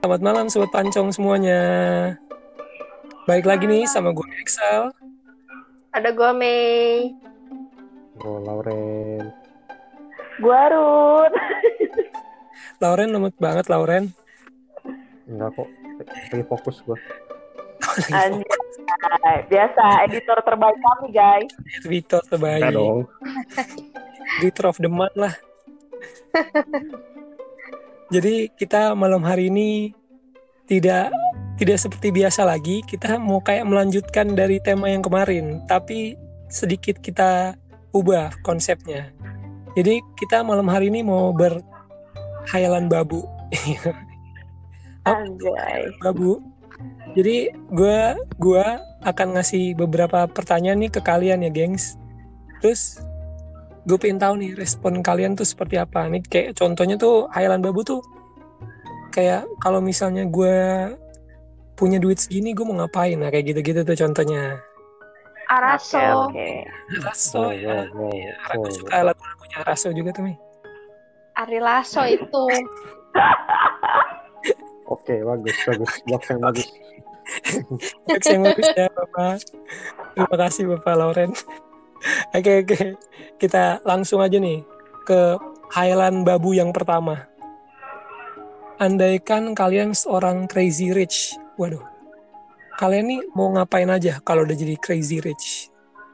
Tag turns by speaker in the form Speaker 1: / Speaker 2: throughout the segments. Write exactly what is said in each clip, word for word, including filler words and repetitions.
Speaker 1: Selamat malam Sobat Pancong semuanya. Baik lagi nih sama gue Excel.
Speaker 2: Ada gue Mei.
Speaker 3: Oh, Lauren.
Speaker 2: Gue Arun.
Speaker 1: Lauren lemot banget Lauren.
Speaker 3: Enggak kok, lagi fokus gue.
Speaker 2: Anjay, biasa editor terbaik kami guys.
Speaker 1: Editor terbaik.
Speaker 3: Enggak dong.
Speaker 1: Editor of the month lah. Jadi kita malam hari ini tidak tidak seperti biasa lagi. Kita mau kayak melanjutkan dari tema yang kemarin, tapi sedikit kita ubah konsepnya. Jadi kita malam hari ini mau berhayalan babu.
Speaker 2: Anjay.
Speaker 1: Babu. Jadi gue gue akan ngasih beberapa pertanyaan nih ke kalian ya, gengs. Terus gue pengen tahu nih respon kalian tuh seperti apa. Nih kayak contohnya tuh hayalan babu tuh kayak kalau misalnya gue punya duit segini gue mau ngapain, nah kayak gitu-gitu tuh contohnya.
Speaker 2: Araso.
Speaker 3: Oke,
Speaker 2: oke.
Speaker 1: Araso
Speaker 3: Wow,
Speaker 1: ya.
Speaker 3: wow, wow,
Speaker 1: Ya,
Speaker 3: wow.
Speaker 1: gue suka lagu-lagunya Araso juga tuh nih.
Speaker 2: Ari Lasso itu.
Speaker 3: Oke, bagus, bagus. Blok yang bagus.
Speaker 1: Jokes yang bagus ya Bapak. Terima kasih Bapak Lauren. Oke oke, kita langsung aja nih ke hayalan babu yang pertama. Andaikan kalian seorang crazy rich, waduh, kalian nih mau ngapain aja kalau udah jadi crazy rich?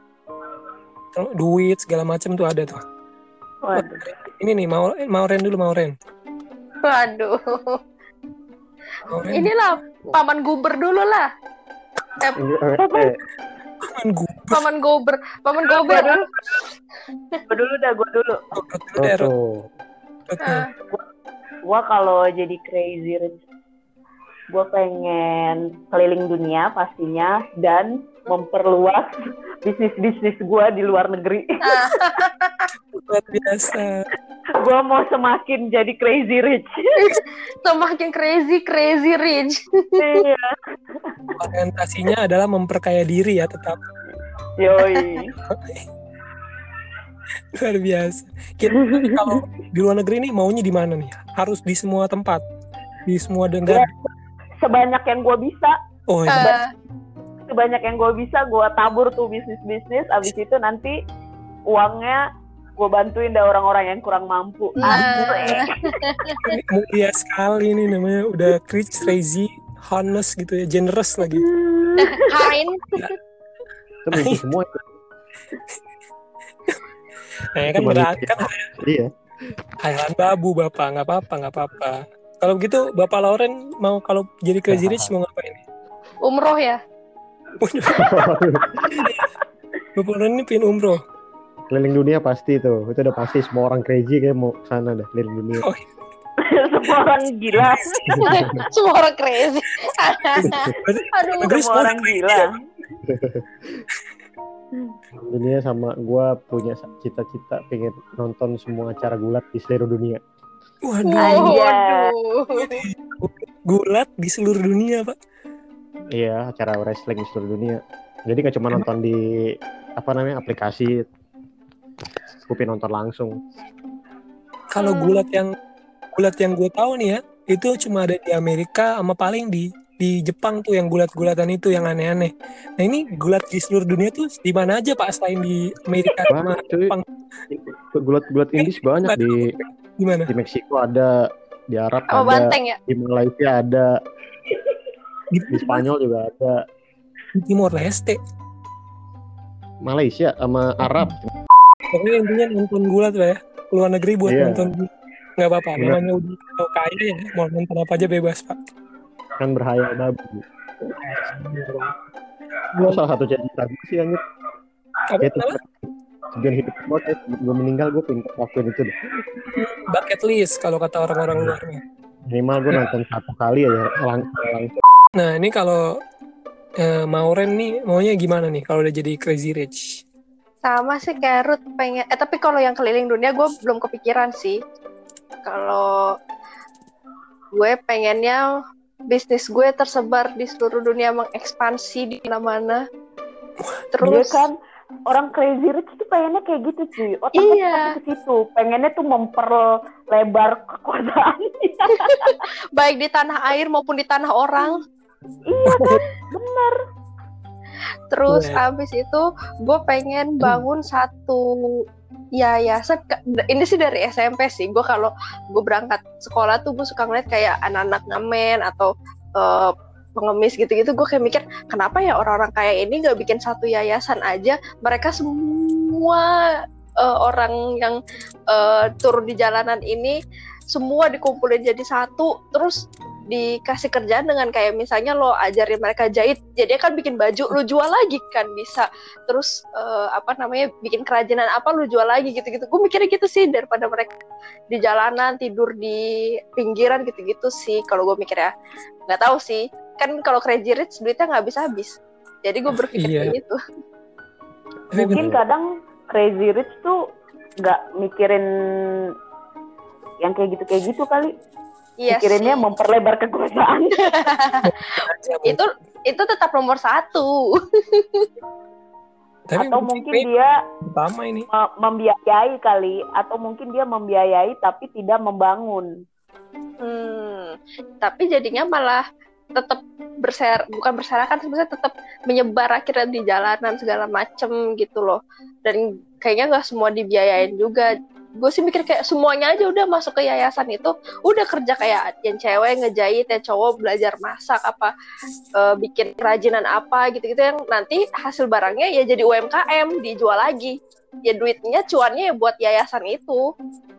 Speaker 1: Duit segala macam tuh ada tuh.
Speaker 2: Waduh.
Speaker 1: Ini nih mau Mauren dulu Mauren.
Speaker 2: Waduh.
Speaker 1: Mauren.
Speaker 2: Inilah paman guber dulu lah. Eh,
Speaker 3: Eh, eh,
Speaker 1: Paman gue.
Speaker 2: paman gober, paman gober.
Speaker 4: Gue dulu dah, gue dulu.
Speaker 1: Dulu deh, Rod.
Speaker 3: tuh.
Speaker 1: Rodnya.
Speaker 4: Gue kalau jadi crazy rich, gue pengen keliling dunia pastinya dan memperluas bisnis-bisnis gue di luar negeri.
Speaker 1: Luar biasa.
Speaker 4: Gue mau semakin jadi crazy rich.
Speaker 2: Semakin crazy, crazy rich.
Speaker 4: Iya.
Speaker 1: Orientasinya adalah memperkaya diri ya tetap.
Speaker 4: Yoi.
Speaker 1: Luar biasa. Kita kalau di luar negeri nih maunya di mana nih? Harus di semua tempat, di semua negara.
Speaker 4: Sebanyak yang gue bisa,
Speaker 1: Oh iya.
Speaker 2: Eh,
Speaker 4: sebanyak yang gue bisa, gue tabur tuh bisnis-bisnis. Abis itu nanti uangnya gue bantuin dah orang-orang yang kurang mampu.
Speaker 2: Nah.
Speaker 4: Asik.
Speaker 1: Ini mulia sekali nih namanya, udah rich, crazy, honest gitu ya, generous lagi.
Speaker 2: Hein.
Speaker 3: Itu mimpi semua itu.
Speaker 1: Nah, ya kan
Speaker 3: Cuma
Speaker 1: berangkat kan
Speaker 3: Iya.
Speaker 1: hayalan babu bapak, nggak apa-apa, nggak apa-apa. Kalau begitu bapak Lauren mau kalau jadi crazy rich mau ngapain?
Speaker 2: Umroh ya.
Speaker 1: Bapak Lauren ini pin umroh.
Speaker 3: Keliling dunia pasti tuh. Itu udah pasti semua orang crazy kayak mau sana dah keliling dunia.
Speaker 1: Oh,
Speaker 4: Semua orang gila.
Speaker 2: Semua orang crazy. Aduh.
Speaker 1: negeri
Speaker 4: Semua orang gila.
Speaker 3: Keliling dunia sama gue punya cita-cita pengen nonton semua acara gulat di seluruh dunia.
Speaker 1: Waduh,
Speaker 2: Waduh.
Speaker 1: gulat di seluruh dunia pak.
Speaker 3: Iya, acara wrestling di seluruh dunia. Jadi nggak cuma nonton di apa namanya aplikasi, tapi nonton langsung.
Speaker 1: Kalau gulat yang gulat yang gue tahu nih ya, itu cuma ada di Amerika sama paling di di Jepang tuh yang gulat-gulatan itu yang aneh-aneh. Nah ini gulat di seluruh dunia tuh di mana aja pak selain di Amerika sama
Speaker 3: Banyak cuy.
Speaker 1: Jepang?
Speaker 3: Gulat-gulat Inggris banyak di
Speaker 1: Di mana?
Speaker 3: di Meksiko ada, di Arab
Speaker 2: Sama
Speaker 3: ada,
Speaker 2: banteng ya.
Speaker 3: di Malaysia ada,
Speaker 1: Di,
Speaker 3: di Spanyol juga ada.
Speaker 1: di Timor Leste.
Speaker 3: Malaysia sama Arab.
Speaker 1: Pokoknya intinya nonton gulat lah ya. Luar negeri buat
Speaker 3: Iya.
Speaker 1: nonton gulat. Nggak apa-apa,
Speaker 3: Iya.
Speaker 1: namanya udah kalau kaya ya mau nonton apa aja bebas pak.
Speaker 3: Kan berhayal babu. Gue salah satu cita-cita gue sih anjir.
Speaker 1: Apa
Speaker 3: Itu
Speaker 1: kenapa?
Speaker 3: tujuan hidup gue, gue meninggal gue pengen lakuin itu deh.
Speaker 1: Bucket list kalau kata orang-orang luar.
Speaker 3: Minimal gue nonton satu kali aja langsung langsung.
Speaker 1: Nah ini kalau eh, Mauren nih maunya gimana nih kalau udah jadi crazy rich?
Speaker 2: Sama sih kayak Ruth pengen. Eh tapi kalau yang keliling dunia gue belum kepikiran sih. Kalau gue pengennya bisnis gue tersebar di seluruh dunia, mengekspansi di mana-mana.
Speaker 4: Dia
Speaker 2: Terus
Speaker 4: kan orang crazy rich tuh pengennya kayak gitu cuy. Otaknya
Speaker 2: Iya.
Speaker 4: pasti ke situ. Pengennya tuh memperlebar kekuasaannya.
Speaker 2: Baik di tanah air maupun di tanah orang.
Speaker 4: Iya kan? Bener.
Speaker 2: Terus
Speaker 1: Iya.
Speaker 2: abis itu gue pengen bangun satu yayasan. Ini sih dari S M P sih. Gue kalau gue berangkat sekolah tuh gue suka ngeliat kayak anak-anak ngamen atau uh, pengemis gitu-gitu. Gue kayak mikir kenapa ya orang-orang kayak ini gak bikin satu yayasan aja. Mereka semua uh, orang yang uh, turun di jalanan ini semua dikumpulin jadi satu, terus dikasih kerjaan dengan kayak misalnya lo ajarin mereka jahit, jadi kan bikin baju lo jual lagi kan bisa, terus uh, apa namanya bikin kerajinan apa lo jual lagi gitu-gitu. Gue mikirnya gitu sih, daripada mereka di jalanan tidur di pinggiran gitu-gitu sih kalau gue mikir ya. Nggak tahu sih, kan kalau crazy rich duitnya nggak habis-habis, jadi gue berpikir
Speaker 1: Iya.
Speaker 2: kayak gitu.
Speaker 1: Tapi
Speaker 4: Mungkin
Speaker 1: bener.
Speaker 4: kadang crazy rich tuh nggak mikirin yang kayak gitu kayak gitu kali.
Speaker 2: Iya
Speaker 4: Mikirinnya
Speaker 2: sih.
Speaker 4: memperlebar kekuasaan.
Speaker 2: itu itu tetap nomor satu.
Speaker 1: Tapi
Speaker 4: Atau mungkin dia
Speaker 1: pertama ini.
Speaker 4: me- membiayai kali, atau mungkin dia membiayai tapi tidak membangun.
Speaker 2: Hmm, tapi jadinya malah tetap berser, bukan berserakan, sebenarnya tetap menyebar akhirnya di jalanan segala macem gitu loh. Dan kayaknya nggak semua dibiayain juga. Gue sih mikir kayak semuanya aja udah masuk ke yayasan itu, udah kerja kayak yang cewek ngejahit, yang cowok belajar masak apa, uh, bikin kerajinan apa gitu-gitu, yang nanti hasil barangnya ya jadi U M K M dijual lagi. Ya duitnya cuannya ya buat yayasan itu.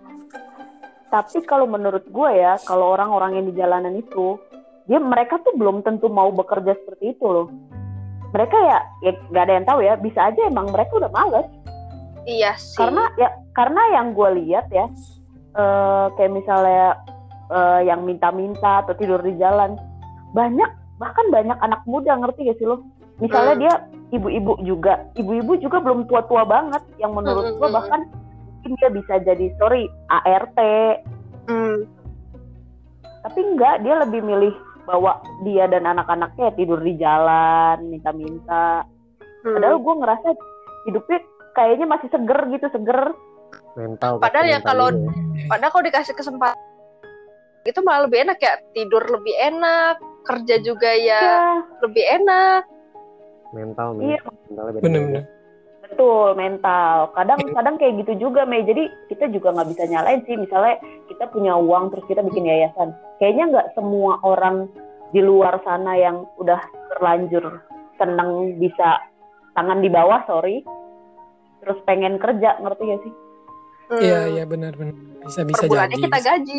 Speaker 4: Tapi kalau menurut gue ya, kalau orang-orang yang di jalanan itu, dia mereka tuh belum tentu mau bekerja seperti itu loh. Mereka ya, ya nggak ada yang tahu ya. Bisa aja emang mereka udah males.
Speaker 2: Iya sih.
Speaker 4: Karena ya, karena yang gue lihat ya, uh, kayak misalnya uh, yang minta-minta atau tidur di jalan, banyak, bahkan banyak anak muda, ngerti gak sih lo? Misalnya
Speaker 2: Hmm.
Speaker 4: dia ibu-ibu juga, ibu-ibu juga belum tua-tua banget, yang menurut
Speaker 2: Hmm,
Speaker 4: gue
Speaker 2: hmm,
Speaker 4: bahkan mungkin dia bisa jadi, sorry, A R T.
Speaker 2: Hmm.
Speaker 4: Tapi enggak, dia lebih milih bawa dia dan anak-anaknya tidur di jalan, minta-minta.
Speaker 2: Hmm.
Speaker 4: Padahal gue ngerasa hidupnya kayaknya masih seger gitu, seger.
Speaker 3: Mental.
Speaker 2: Padahal ya
Speaker 3: mental
Speaker 2: kalau
Speaker 3: juga ya.
Speaker 2: padahal kalau dikasih kesempatan itu malah lebih enak ya, tidur lebih enak, kerja juga ya
Speaker 4: Ya,
Speaker 2: lebih enak.
Speaker 3: mental,
Speaker 4: iya,
Speaker 3: mentalnya beda.
Speaker 1: Bener-bener.
Speaker 4: betul, mental. Kadang-kadang kayak gitu juga, Mei. Jadi kita juga nggak bisa nyalain sih. Misalnya kita punya uang terus kita bikin yayasan. Kayaknya nggak semua orang di luar sana yang udah terlanjur seneng bisa tangan di bawah, sorry, terus pengen kerja, ngerti gak sih?
Speaker 2: Hmm.
Speaker 1: Iya, iya benar-benar. Bisa bisa
Speaker 2: Per bulannya
Speaker 1: jadi.
Speaker 2: kita gaji.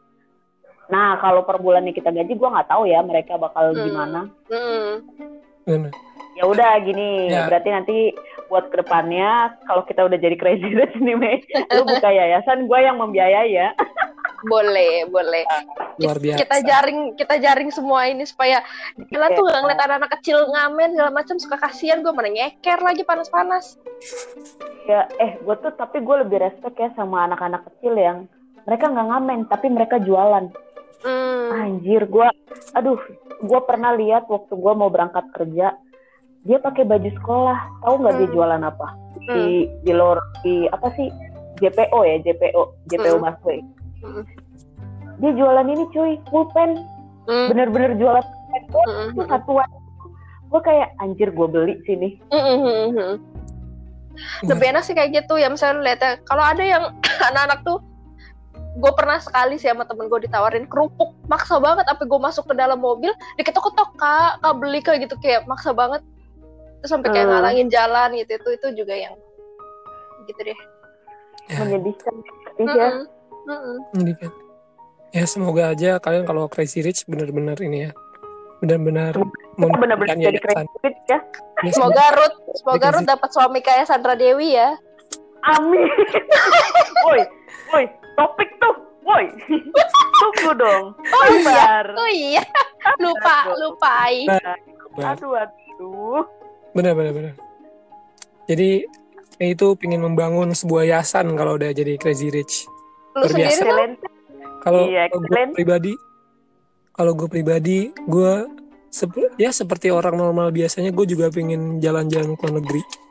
Speaker 4: Nah, kalau per bulannya kita gaji, gue nggak tahu ya mereka bakal
Speaker 2: Hmm.
Speaker 4: gimana.
Speaker 2: Hmm.
Speaker 1: Bener.
Speaker 4: Ya udah gini,
Speaker 1: Ya.
Speaker 4: berarti nanti buat kedepannya kalau kita udah jadi crazy rich nih, Mei, lu buka yayasan, gue yang membiayai ya.
Speaker 2: Boleh, boleh.
Speaker 1: Luar biasa.
Speaker 2: Kita jaring, kita jaring semua ini supaya kita tuh nggak ngeliat anak-anak kecil ngamen segala macam, suka kasihan. Gue mana nyeker lagi panas-panas.
Speaker 4: Ya, eh, gue tuh tapi gue lebih respect ya sama anak-anak kecil yang mereka nggak ngamen, tapi mereka jualan.
Speaker 2: Hmm.
Speaker 4: Anjir, gue, aduh, gue pernah lihat waktu gue mau berangkat kerja, dia pakai baju sekolah, tahu nggak dia
Speaker 2: Hmm.
Speaker 4: jualan apa? Di di lor di apa sih? J P O ya, J P O, J P O
Speaker 2: Hmm.
Speaker 4: busway.
Speaker 2: Hmm.
Speaker 4: Dia jualan ini cuy, pulpen,
Speaker 2: Hmm.
Speaker 4: bener-bener jualan pulpen.
Speaker 2: Hmm.
Speaker 4: Itu satuan. Gue kayak anjir, gue beli sini.
Speaker 2: Hmm. Hmm. Hmm. Lebih enak sih kayak gitu ya, misalnya lihat ya, kalau ada yang anak-anak tuh, gue pernah sekali sih sama temen gue ditawarin kerupuk, maksa banget, sampai gue masuk ke dalam mobil, diketok-ketok, kak, kak beli kayak gitu, kayak maksa banget, terus sampai kayak
Speaker 4: Hmm.
Speaker 2: ngalangin jalan gitu, itu itu juga yang gitu deh.
Speaker 1: Ya,
Speaker 4: Menyedihkan sedih ya.
Speaker 2: Mm-mm. Mm-mm.
Speaker 1: ini kan. Ya semoga aja kalian kalau crazy rich benar-benar ini ya. Benar-benar
Speaker 4: Kita benar-benar
Speaker 1: memberikan
Speaker 4: jadi
Speaker 1: yayasan.
Speaker 4: crazy rich ya.
Speaker 1: Ya,
Speaker 2: Semoga Ruth, semoga
Speaker 1: Dikasih-
Speaker 2: Ruth dapat suami kayak Sandra Dewi ya.
Speaker 4: Amin. Woi, woi, topik tuh, woi. Tunggu dong.
Speaker 2: Oh iya,
Speaker 4: Sabar.
Speaker 2: oh iya, lupa, lupain.
Speaker 4: Aduh, aduh.
Speaker 1: Benar-benar benar. Jadi itu pengen membangun sebuah yayasan kalau udah jadi crazy rich.
Speaker 2: Lu
Speaker 1: Luar biasa.
Speaker 2: sendiri lo?
Speaker 4: Excellent.
Speaker 1: Kalau
Speaker 4: Iya,
Speaker 1: kalau gue
Speaker 4: excellent.
Speaker 1: pribadi, kalau gue pribadi, gue sep- ya seperti orang normal biasanya, gue juga pengen jalan-jalan ke luar negeri.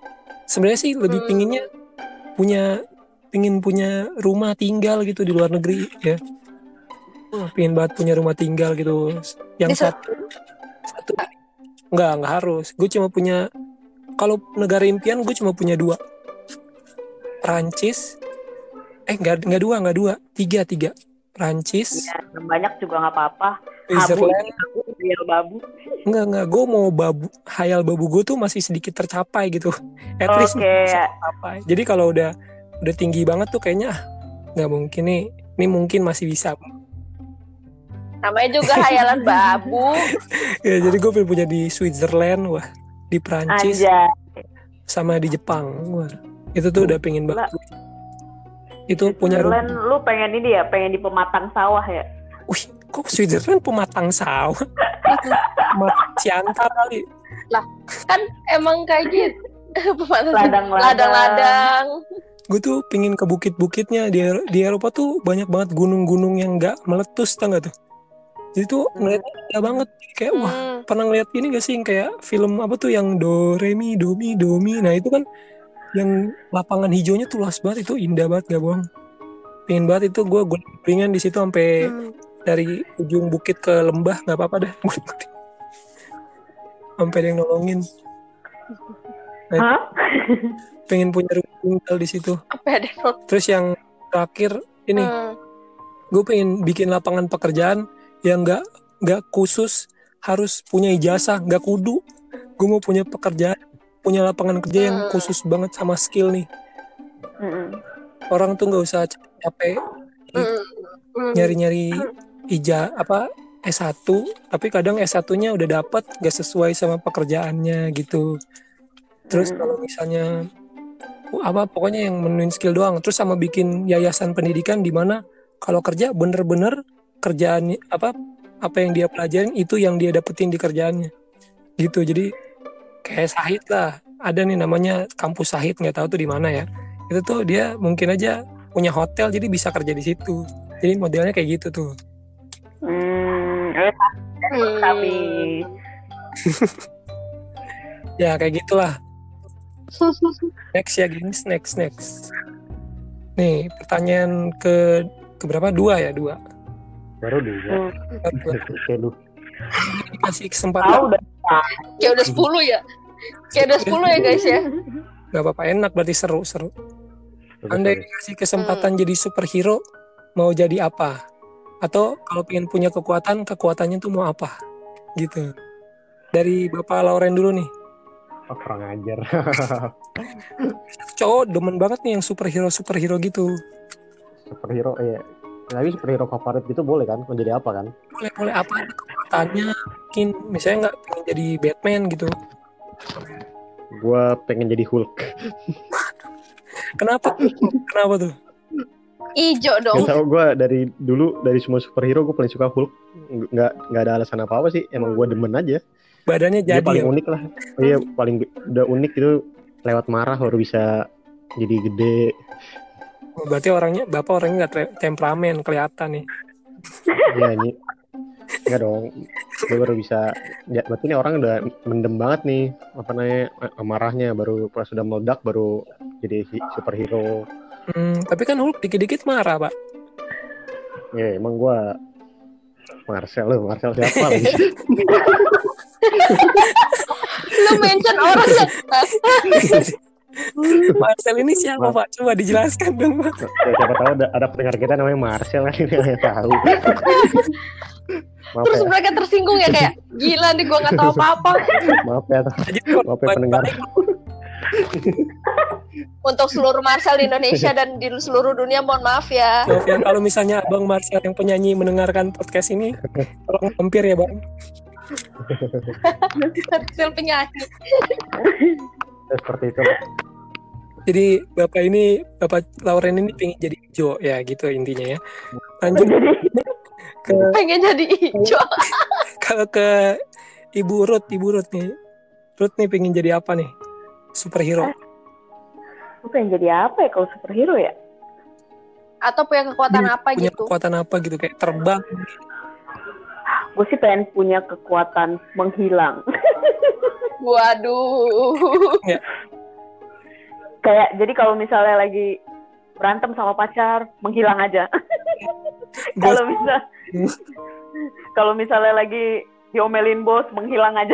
Speaker 1: sebenarnya sih lebih
Speaker 2: Hmm.
Speaker 1: pinginnya punya pingin punya rumah tinggal gitu di luar negeri ya. Oh, pingin banget punya rumah tinggal gitu. Yang
Speaker 2: Di se-
Speaker 1: satu satu enggak enggak harus. Gue cuma punya, kalau negara impian gue cuma punya dua. Prancis, eh enggak enggak dua enggak dua, tiga tiga. Prancis,
Speaker 4: Ya, yang banyak juga nggak apa-apa. Habu,
Speaker 1: Switzerland.
Speaker 4: habu, real babu.
Speaker 1: Enggak enggak, gue mau babu, hayal babu gue tuh masih sedikit tercapai gitu. At least
Speaker 4: Oke.
Speaker 1: bisa tercapai. Jadi kalau udah udah tinggi banget tuh kayaknya ah, nggak mungkin nih. Ini mungkin masih bisa.
Speaker 2: Namanya juga hayalan babu.
Speaker 1: Ya, jadi gue pengen punya di Switzerland, wah, di Prancis,
Speaker 4: Anjay.
Speaker 1: sama di Jepang, wah, itu tuh udah pengen banget. Itu punya rumah.
Speaker 4: Switzerland, lu pengen ini ya, pengen di pematang sawah ya?
Speaker 1: Wih, kok Switzerland pematang sawah? Pematang Siantar kali.
Speaker 2: Kan emang kayak gitu.
Speaker 4: Ladang-ladang.
Speaker 2: Ladang-ladang.
Speaker 1: Gue tuh pengen ke bukit-bukitnya di di Eropa tuh banyak banget gunung-gunung yang nggak meletus, tau nggak tuh? Jadi tuh ngeliatnya indah banget, kayak wah,
Speaker 2: Hmm.
Speaker 1: pernah ngeliat ini gak sih yang kayak film apa tuh yang do re mi do mi do mi, nah itu kan yang lapangan hijaunya tuh luas banget, itu indah banget gak bohong. Pengen banget itu gue gue ringan di situ sampai
Speaker 2: Hmm.
Speaker 1: dari ujung bukit ke lembah, nggak apa-apa dah. Sampai ada yang nolongin.
Speaker 4: Hah?
Speaker 1: Pengen punya rumah tinggal di situ.
Speaker 2: Apa ada?
Speaker 1: Terus yang terakhir ini,
Speaker 2: Hmm.
Speaker 1: gue pengen bikin lapangan pekerjaan yang nggak nggak khusus harus punya ijazah, nggak kudu. Gue mau punya pekerjaan, punya lapangan kerja yang
Speaker 2: Hmm.
Speaker 1: khusus banget sama skill nih.
Speaker 4: Mm-mm.
Speaker 1: Orang tuh nggak usah capek
Speaker 2: Hmm. Hmm.
Speaker 1: nyari-nyari ija apa S satu, tapi kadang S satu-nya udah dapat gak sesuai sama pekerjaannya gitu. Terus
Speaker 4: Mm-mm.
Speaker 1: kalau misalnya apa pokoknya yang menuin skill doang, terus sama bikin yayasan pendidikan di mana kalau kerja bener-bener kerjaan apa apa yang dia pelajarin itu yang dia dapetin di kerjaannya gitu. Jadi kayak Sahid lah, ada nih namanya kampus Sahid, nggak tahu tuh di mana ya. Itu tuh dia mungkin aja punya hotel jadi bisa kerja di situ. Jadi modelnya kayak gitu tuh.
Speaker 4: Hmm, eh,
Speaker 2: Hmm.
Speaker 4: tapi
Speaker 1: Ya kayak gitulah. Next ya gengs, next next. Nih pertanyaan ke keberapa? Dua ya dua.
Speaker 3: Baru dua.
Speaker 4: Hmm.
Speaker 1: Baru dua.
Speaker 3: Oke lu.
Speaker 1: Dikasih
Speaker 4: tahu
Speaker 1: kesempatan,
Speaker 4: udah.
Speaker 2: Kayak udah sepuluh ya. Kayak udah sepuluh ya guys ya.
Speaker 1: nggak apa-apa, enak berarti seru seru.
Speaker 3: Bagus,
Speaker 1: Anda
Speaker 3: bagus.
Speaker 1: dikasih kesempatan jadi superhero, mau jadi apa? Atau kalau pengen punya kekuatan, kekuatannya tuh mau apa? Gitu. Dari Bapak Lauren dulu nih.
Speaker 3: Oh, kurang ajar.
Speaker 1: Cowok demen banget nih yang superhero-superhero gitu.
Speaker 3: Superhero ya. Tapi superhero favorit gitu boleh kan? Mau jadi apa kan?
Speaker 1: Boleh-boleh apa ada kekuatannya? Mungkin misalnya nggak pengen jadi Batman gitu.
Speaker 3: Gua pengen jadi Hulk.
Speaker 1: Kenapa? Kenapa tuh?
Speaker 2: Ijo
Speaker 3: Gak
Speaker 2: dong.
Speaker 3: tau, gue dari dulu dari semua superhero gue paling suka Hulk. Nggak nggak ada alasan apa apa sih. Emang gue demen aja.
Speaker 1: Badannya
Speaker 3: Dia
Speaker 1: jadi
Speaker 3: paling
Speaker 1: ya?
Speaker 3: unik lah. Oh, iya paling udah unik itu lewat marah baru bisa jadi gede.
Speaker 1: Oh, berarti orangnya, Bapak orangnya nggak te- temperamen, kelihatan nih.
Speaker 3: Iya ini. Enggak dong. Dia baru bisa. Ya, berarti ini orang udah mendem banget nih. Apa namanya marahnya baru pas sudah meledak baru jadi hi- superhero.
Speaker 1: Hmm, tapi kan Hulk dikit-dikit marah, Pak.
Speaker 3: Ya emang gue Marcel loh, Marcel siapa lagi?
Speaker 2: Lu mention orang yang
Speaker 1: Marcel ini siapa, Pak? Coba dijelaskan dong, Pak.
Speaker 3: Ya, siapa tahu ada, ada pendengar kita namanya Marcel kan ini yang tahu. Maaf
Speaker 2: terus
Speaker 3: ya,
Speaker 2: mereka tersinggung ya kayak gila nih gue nggak tahu apa-apa.
Speaker 3: maaf ya,
Speaker 1: Jadi
Speaker 3: maaf ya pendengar.
Speaker 2: Untuk seluruh Marcel di Indonesia dan di seluruh dunia mohon maaf ya.
Speaker 1: Maaf ya, kalau misalnya Abang Marcel yang penyanyi mendengarkan podcast ini, tolong mampir ya, Bang.
Speaker 2: Marcel penyanyi.
Speaker 3: Ya, seperti itu.
Speaker 1: Jadi Bapak ini, Bapak Lauren ini pengen jadi hijau ya, gitu intinya ya. Lanjut ke
Speaker 2: Pengen jadi hijau.
Speaker 1: kalau ke Ibu Ruth, Ibu Ruth nih. Ruth nih pengen jadi apa nih? Superhero.
Speaker 4: Gue pengen jadi apa ya kalau superhero ya?
Speaker 2: Atau punya kekuatan
Speaker 1: Dia
Speaker 2: apa
Speaker 1: punya
Speaker 2: gitu.
Speaker 1: kekuatan apa gitu, kayak terbang.
Speaker 4: Gue sih pengen punya kekuatan menghilang.
Speaker 2: Waduh.
Speaker 4: Kayak jadi kalau misalnya lagi berantem sama pacar, menghilang aja. Kalau misal kalau misalnya lagi diomelin bos, menghilang aja.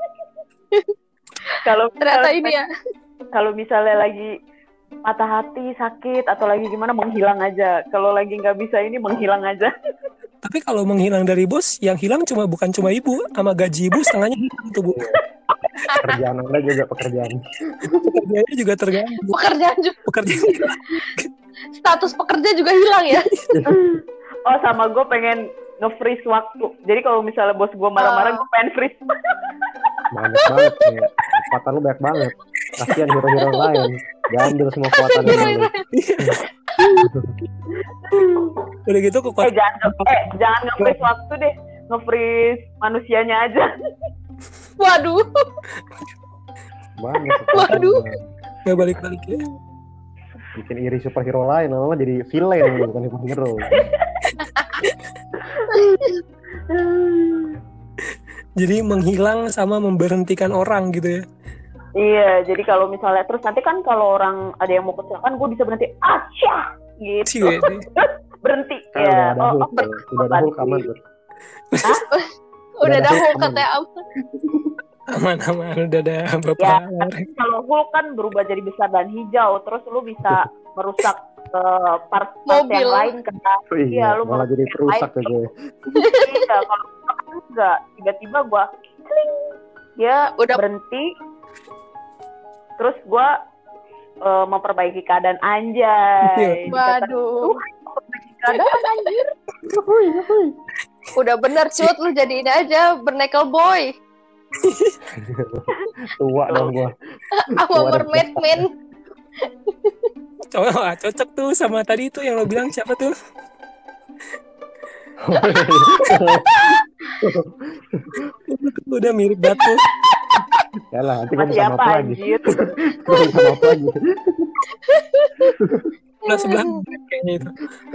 Speaker 4: Kalau
Speaker 2: Ternyata ini ya.
Speaker 4: Kalau misalnya lagi patah hati, sakit atau lagi gimana, menghilang aja. Kalau lagi nggak bisa ini, menghilang aja.
Speaker 1: Tapi kalau menghilang dari bos, yang hilang cuma bukan cuma ibu, sama gaji ibu setengahnya hilang tuh Bu.
Speaker 3: Pekerjaan Anda juga pekerjaan.
Speaker 1: Pekerjaannya juga terganggu.
Speaker 2: Pekerjaan juga,
Speaker 1: Pekerjaan
Speaker 2: status pekerja juga hilang ya.
Speaker 4: Oh, sama gue pengen nge-freeze waktu. Jadi kalau misalnya bos gue marah-marah, gue pengen freeze.
Speaker 3: Banyak banget ya. Kekuatan lu banyak banget. Kasihan hero-hero lain. Diambil semua kekuatan lu.
Speaker 1: udah gitu
Speaker 4: Eh
Speaker 1: kekuatan
Speaker 4: jangan, eh jangan nge-freeze waktu deh, nge-freeze manusianya aja.
Speaker 2: Waduh.
Speaker 3: Banyak.
Speaker 2: Waduh.
Speaker 1: nggak balik-balik ya.
Speaker 3: Bikin iri superhero lain, lama-lama jadi villain bukan superhero.
Speaker 1: Jadi menghilang sama memberhentikan orang gitu ya.
Speaker 4: Iya, jadi kalau misalnya terus nanti kan kalau orang ada yang mau kecelakaan, gue bisa berhenti, asyah gitu.
Speaker 1: Cie,
Speaker 4: Berhenti
Speaker 3: Kan
Speaker 4: ya.
Speaker 3: udah ada
Speaker 4: Oh,
Speaker 3: Hulk,
Speaker 4: ber-
Speaker 3: udah ada Hulk aman tuh.
Speaker 2: Udah
Speaker 3: ada
Speaker 2: dah
Speaker 3: Hulk,
Speaker 2: Hulk
Speaker 3: aman.
Speaker 2: katanya apa?
Speaker 1: aman-aman udah ada bapak.
Speaker 4: ya, tapi kalau Hulk kan berubah jadi besar dan hijau, terus lu bisa merusak uh, part-part
Speaker 2: Mobil.
Speaker 4: yang lain kan.
Speaker 3: Oh, iya,
Speaker 4: Iya, lu
Speaker 3: malah jadi perusak ya gue.
Speaker 4: Iya, kalau Hulk kan enggak, tiba-tiba gue kling, dia
Speaker 2: Udah.
Speaker 4: berhenti, terus gue uh, memperbaiki keadaan anjay.
Speaker 2: Waduh.
Speaker 4: Memperbaiki keadaan anjir.
Speaker 2: Udah bener cut, lu jadi ini aja bernekel boy.
Speaker 3: Tua dong gue.
Speaker 2: Sama mermaid man.
Speaker 1: Oh, cocok tuh sama tadi itu yang lo bilang siapa tuh? Udah mirip banget tuh.
Speaker 3: Ya lah, nanti gue
Speaker 4: Masih
Speaker 3: bisa
Speaker 4: apa
Speaker 3: apa lagi?
Speaker 4: anjir?
Speaker 3: Gue bisa apa lagi?
Speaker 1: Udah sebelah kayaknya itu.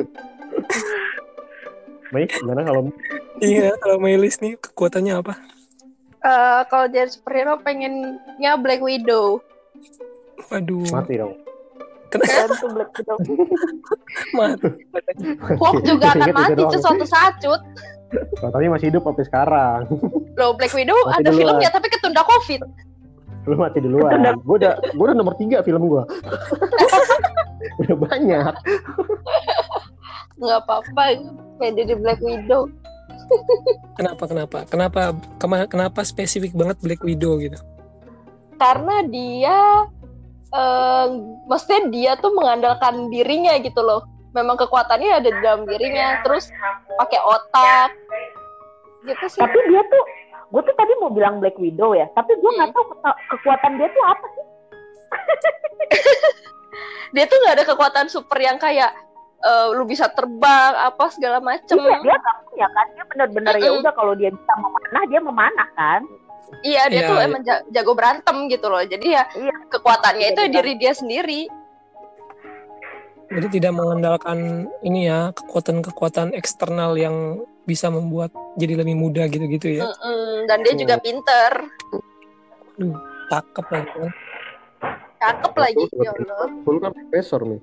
Speaker 3: Baik, gimana kalau
Speaker 1: Iya, kalau Melis nih kekuatannya apa?
Speaker 2: Eh, kalau jadi superhero pengennya Black Widow.
Speaker 1: Waduh,
Speaker 3: mati dong?
Speaker 1: kenapa
Speaker 4: Tentu Black Widow.
Speaker 1: mati?
Speaker 2: Hulk juga akan
Speaker 3: Ingat itu
Speaker 2: mati
Speaker 3: doang.
Speaker 2: cut suatu saat cut.
Speaker 3: Katanya masih hidup sampai sekarang.
Speaker 2: Loh Black Widow
Speaker 3: Mati
Speaker 2: ada
Speaker 3: duluan.
Speaker 2: filmnya tapi ketunda COVID.
Speaker 3: Lu mati duluan. Gue udah, gue udah nomor tiga film gue. Udah banyak.
Speaker 2: Nggak apa-apa kayak jadi Black Widow.
Speaker 1: Kenapa kenapa? Kenapa kema- kenapa spesifik banget Black Widow gitu?
Speaker 2: Karena dia eh, maksudnya dia tuh mengandalkan dirinya gitu loh. Memang kekuatannya ada di dalam dirinya, terus pakai otak gitu sih.
Speaker 4: Tapi dia tuh, gue tuh tadi mau bilang Black Widow ya, tapi gue nggak
Speaker 2: Hmm.
Speaker 4: tahu ke- kekuatan dia tuh apa sih.
Speaker 2: Dia tuh nggak ada kekuatan super yang kayak eh, lu bisa terbang apa segala macem.
Speaker 4: Iya, dia nggak punya kan, dia benar-benar ya
Speaker 2: Mm-mm.
Speaker 4: udah kalau dia bisa memanah, dia memanah kan.
Speaker 2: Iya, dia
Speaker 1: Iya,
Speaker 2: tuh
Speaker 1: iya.
Speaker 2: emang ja- jago berantem gitu loh. Jadi ya
Speaker 4: Iya.
Speaker 2: kekuatannya itu
Speaker 4: Jago
Speaker 2: diri dia sendiri.
Speaker 1: Jadi tidak mengandalkan ini ya kekuatan-kekuatan eksternal yang bisa membuat jadi lebih mudah gitu-gitu ya.
Speaker 2: Mm-mm. Dan dia juga pinter,
Speaker 1: Cakep lagi kan.
Speaker 2: cakep lagi. Ya Allah.
Speaker 3: Lu kan profesor nih.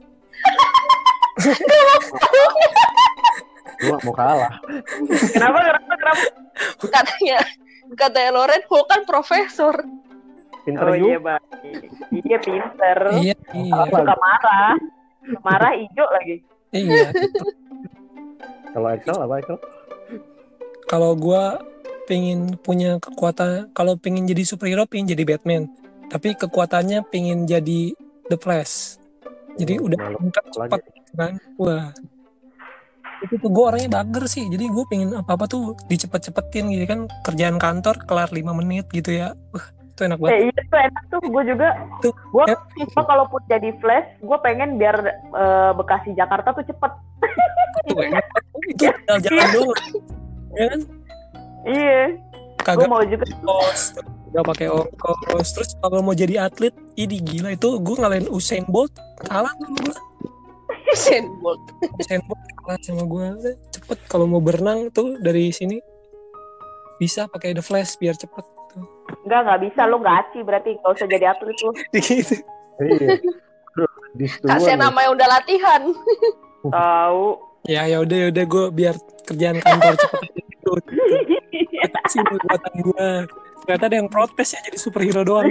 Speaker 3: Lu gak mau kalah.
Speaker 4: Kenapa? Kenapa? Kenapa?
Speaker 2: Katanya, katanya Loren, Hulk kan profesor.
Speaker 3: Pinter
Speaker 4: Oh
Speaker 3: juga.
Speaker 4: iya, Bang. Iya, pinter.
Speaker 1: Iya, iya,
Speaker 4: Kalau suka marah, marah hijau lagi.
Speaker 1: iya.
Speaker 3: Kalau Excel apa Excel?
Speaker 1: Kalau gue pengen punya kekuatan, kalau pengen jadi superhero pengen jadi Batman, tapi kekuatannya pengen jadi The Flash. Jadi
Speaker 3: Hmm,
Speaker 1: udah
Speaker 3: malu
Speaker 1: lengkap cepat kan. Wah. Itu tuh gue orangnya bager sih. Jadi gue pengen apa-apa tuh dicepet-cepetin gitu kan. Kerjaan kantor kelar lima menit gitu ya. Wah, itu enak banget.
Speaker 4: Eh, iya tuh enak tuh, gue juga.
Speaker 1: Tuh,
Speaker 4: Gue
Speaker 1: ya.
Speaker 4: gue kalaupun jadi Flash, gue pengen biar eh, Bekasi Jakarta tuh cepet.
Speaker 1: Tuh, enak. Itu tinggal jalan doang. Ya kan?
Speaker 4: Iya, gue
Speaker 1: Kagak
Speaker 4: mau juga.
Speaker 1: ongkos, gak pakai ongkos. Terus kalau mau jadi atlet, ini gila itu gue ngalahin Usain Bolt, kalah sama gue.
Speaker 2: Usain Bolt.
Speaker 1: Usain Bolt kalah sama gue. Cepet kalau mau berenang tuh dari sini bisa pakai The Flash biar cepet tuh.
Speaker 4: Enggak, nggak bisa. Lo nggak aci berarti. Nggak usah jadi atlet lo.
Speaker 1: Gitu.
Speaker 3: Iya. Di situ
Speaker 2: Kasian
Speaker 3: gua,
Speaker 2: namanya udah latihan.
Speaker 4: Tahu.
Speaker 1: Ya ya udah ya udah gue biar kerjaan kantor cepet gitu. Sih buatan gue. Ternyata ada yang protes ya jadi superhero doang.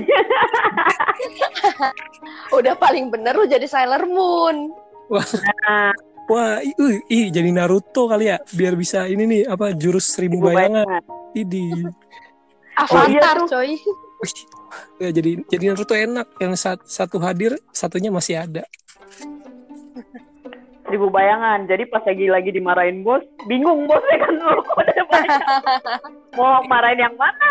Speaker 2: Udah paling bener lu jadi Sailor Moon.
Speaker 1: Wah, wah, ih, ih, ih, jadi Naruto kali ya, biar bisa ini nih apa jurus seribu
Speaker 4: Ibu
Speaker 1: bayangan.
Speaker 4: bayangan.
Speaker 1: Ini,
Speaker 2: Avatar,
Speaker 4: iya tuh.
Speaker 2: coy.
Speaker 1: wih, ya, jadi jadi Naruto enak. Yang sat- satu hadir, satunya masih ada.
Speaker 4: Seribu bayangan. Jadi pas lagi lagi dimarahin bos, bingung bosnya kan lu udah banyak. Mau marahin yang mana?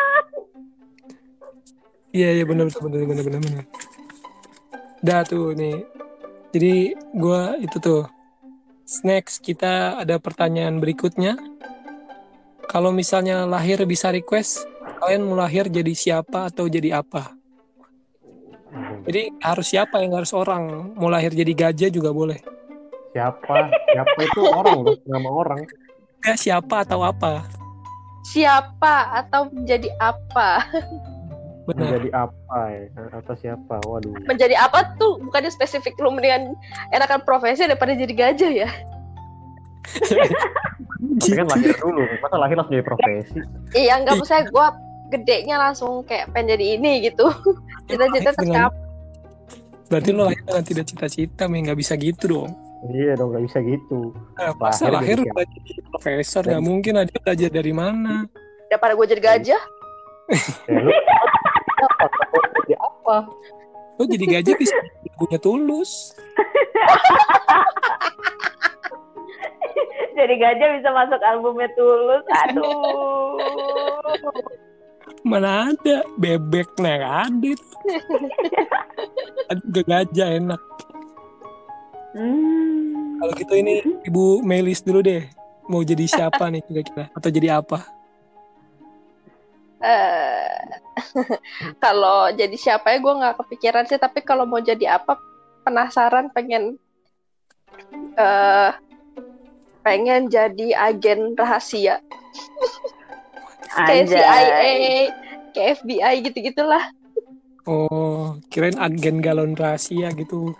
Speaker 1: Iya iya benar benar benar benar benar. Dah tuh nih. Jadi gue itu tuh. Next kita ada pertanyaan berikutnya. Kalau misalnya lahir bisa request, kalian mau lahir jadi siapa atau jadi apa? Jadi harus siapa yang harus orang. Mau lahir jadi gajah juga boleh.
Speaker 3: siapa? Siapa itu orang loh, nama orang.
Speaker 1: Ya, siapa atau apa?
Speaker 2: Siapa atau menjadi apa?
Speaker 1: Benar.
Speaker 3: Menjadi apa ya? Atau siapa? Waduh.
Speaker 2: Menjadi apa tuh bukannya spesifik, lu mendingan enakan profesi daripada jadi gajah ya.
Speaker 3: Tapi kan lahir dulu, masa lahir langsung jadi profesi?
Speaker 2: Iya, enggak usah gue gedenya langsung kayak pengen jadi ini gitu. Cita-cita tercapai.
Speaker 1: Berarti lo lahir dengan tidak cita-cita, men, nggak bisa gitu dong.
Speaker 3: Iya dong, nggak bisa gitu.
Speaker 1: Nah, masa lahir
Speaker 3: jadi
Speaker 1: udah jadi profesor, nggak mungkin. Dia belajar dari mana?
Speaker 2: Daripada gue jadi gajah.
Speaker 3: Ya, lu apa? Jadi apa?
Speaker 1: Lo jadi gajah bisa punya tulus.
Speaker 4: Jadi gajah bisa masuk albumnya Tulus. Aduh.
Speaker 1: Mana ada bebek, nah nggak ada. Ada juga gajah enak.
Speaker 4: Hmm.
Speaker 1: Kalau gitu ini Ibu Melis dulu deh. Mau jadi siapa nih kira-kira? Atau jadi apa?
Speaker 2: Eh, kalau jadi siapa ya gue nggak kepikiran sih. Tapi kalau mau jadi apa, penasaran, pengen eh pengen jadi agen rahasia. Kayak C I A, kayak F B I gitu-gitulah.
Speaker 1: Oh, kirain agen galon rahasia gitu.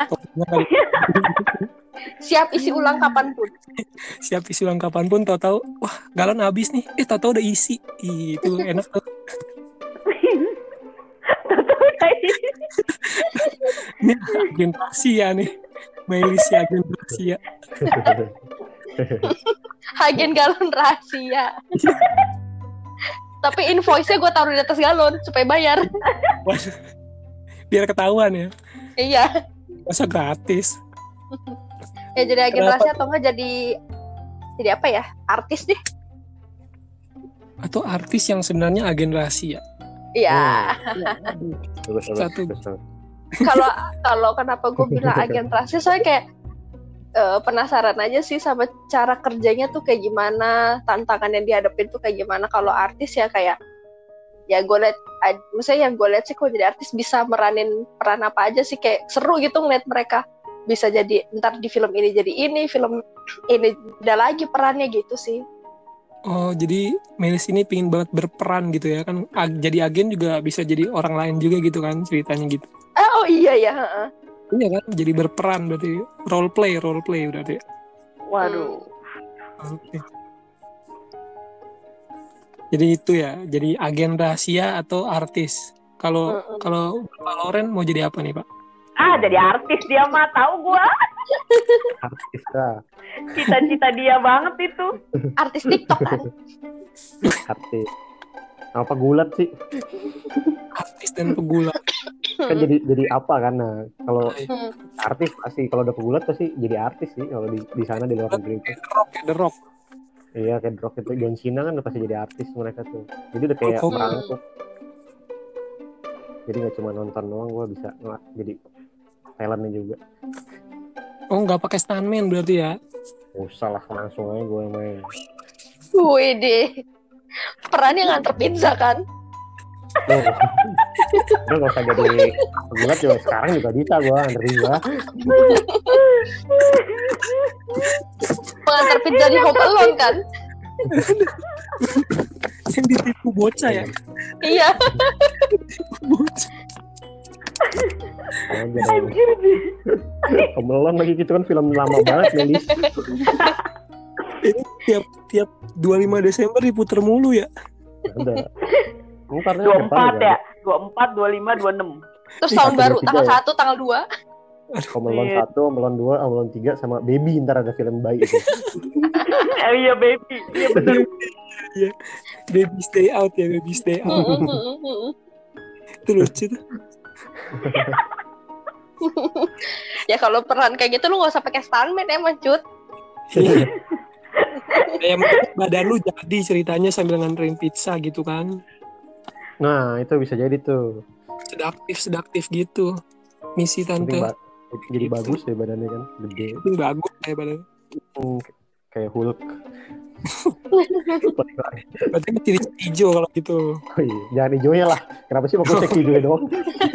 Speaker 2: Siap isi ulang kapanpun.
Speaker 1: Siap isi ulang kapanpun, tahu-tahu wah galon habis nih. Eh tahu-tahu udah isi. Ih, itu enak tuh. Ini agen rahasia nih. Melis ya agen rahasia.
Speaker 2: Agen galon rahasia. Tapi invoice-nya gue taruh di atas galon supaya bayar.
Speaker 1: Biar ketahuan ya.
Speaker 2: Iya.
Speaker 1: Masa gratis.
Speaker 2: Ya jadi agen
Speaker 1: Kenapa?
Speaker 2: rahasia atau enggak jadi jadi apa ya? Artis deh.
Speaker 1: Atau artis yang sebenarnya agen rahasia.
Speaker 2: Iya.
Speaker 3: Bagus, bagus,
Speaker 1: Satu.
Speaker 3: bagus, bagus.
Speaker 2: Kalau kalau kenapa gue bilang agen rahasia, soalnya kayak uh, penasaran aja sih sama cara kerjanya tuh kayak gimana, tantangan yang dihadapin tuh kayak gimana. Kalau artis ya kayak ya gue liat, misalnya yang gue liat sih kalau jadi artis bisa meranin peran apa aja sih, kayak seru gitu ngeliat mereka bisa jadi ntar di film ini jadi ini, film ini ada lagi perannya gitu sih.
Speaker 1: Oh, jadi Melis ini pingin banget berperan gitu ya kan? Ag- jadi agen juga bisa jadi orang lain juga gitu kan ceritanya gitu.
Speaker 2: Ah, oh iya ya. Uh-uh.
Speaker 1: Iya kan? Jadi berperan berarti role play, role play berarti.
Speaker 4: Waduh.
Speaker 1: Oke. Jadi itu ya, jadi agen rahasia atau artis. Kalau
Speaker 2: Mm-mm.
Speaker 1: kalau Pak Loren mau jadi apa nih Pak?
Speaker 4: Ah, jadi artis dia mah, tahu gua.
Speaker 3: Artis lah,
Speaker 4: Cita-cita dia banget itu.
Speaker 2: Artis TikTok kan.
Speaker 3: artis. Apa gulat sih?
Speaker 1: Artis dan pegulat.
Speaker 3: Kan jadi jadi apa kan? Nah, kalau
Speaker 2: Hmm.
Speaker 3: artis pasti kalau udah pegulat pasti jadi artis sih kalau di di sana di luar negeri itu.
Speaker 1: The Rock, The Rock.
Speaker 3: Iya, kayak The Rock itu, John Cena kan udah pasti jadi artis mereka tuh. Jadi udah kayak
Speaker 1: Oh,
Speaker 3: perangkap. Jadi nggak cuma nonton doang, gue bisa ngelak jadi talentnya juga.
Speaker 1: Oh, nggak pakai stuntman berarti ya?
Speaker 3: Usah lah, langsung aja gue main.
Speaker 2: Wih deh. Perannya nganter pizza kan.
Speaker 3: Tuh, udah nggak usah jadi pegulat juga, sekarang juga bisa gue anterin gue.
Speaker 2: Pengantar pizza di Home Alone kan.
Speaker 1: Yang ditipu bocah ya?
Speaker 2: Iya.
Speaker 1: Bocah.
Speaker 3: Aja dong. Home Alone lagi gitu kan film lama banget Melis.
Speaker 1: Ini tiap tiap dua puluh lima Desember diputer mulu ya.
Speaker 3: Ada. Karena
Speaker 4: dua puluh empat ya, dua puluh empat, dua puluh lima, dua puluh enam.
Speaker 2: Terus tahun
Speaker 3: Satu,
Speaker 2: baru
Speaker 3: dua, tiga
Speaker 2: tanggal
Speaker 3: ya?
Speaker 2: satu, tanggal dua.
Speaker 3: Home Alone
Speaker 4: Iya.
Speaker 3: satu, Home Alone dua, Home Alone tiga sama Baby, ntar ada film bayi itu.
Speaker 4: Eh, iya baby, iya benar.
Speaker 1: Iya. Baby Stay Out ya, Baby Stay Out. Itu lucu tuh.
Speaker 2: Ya kalau peran kayak gitu lu gak usah pakai stuntman emang cut.
Speaker 1: Kayak badan lu jadi ceritanya sambil nganterin pizza gitu kan.
Speaker 3: Nah, itu bisa jadi tuh.
Speaker 1: Sedaktif sedaktif gitu. Misi
Speaker 3: Penting
Speaker 1: tante.
Speaker 3: ba- jadi bagus ya badannya kan, gede.
Speaker 1: Itu bagus kayak badan.
Speaker 3: Hmm, kayak Hulk.
Speaker 1: Berarti ciri hijau kalau gitu.
Speaker 3: Oh iya, jangan hijaunya lah. Kenapa sih fokusnya ke hijaunya doang?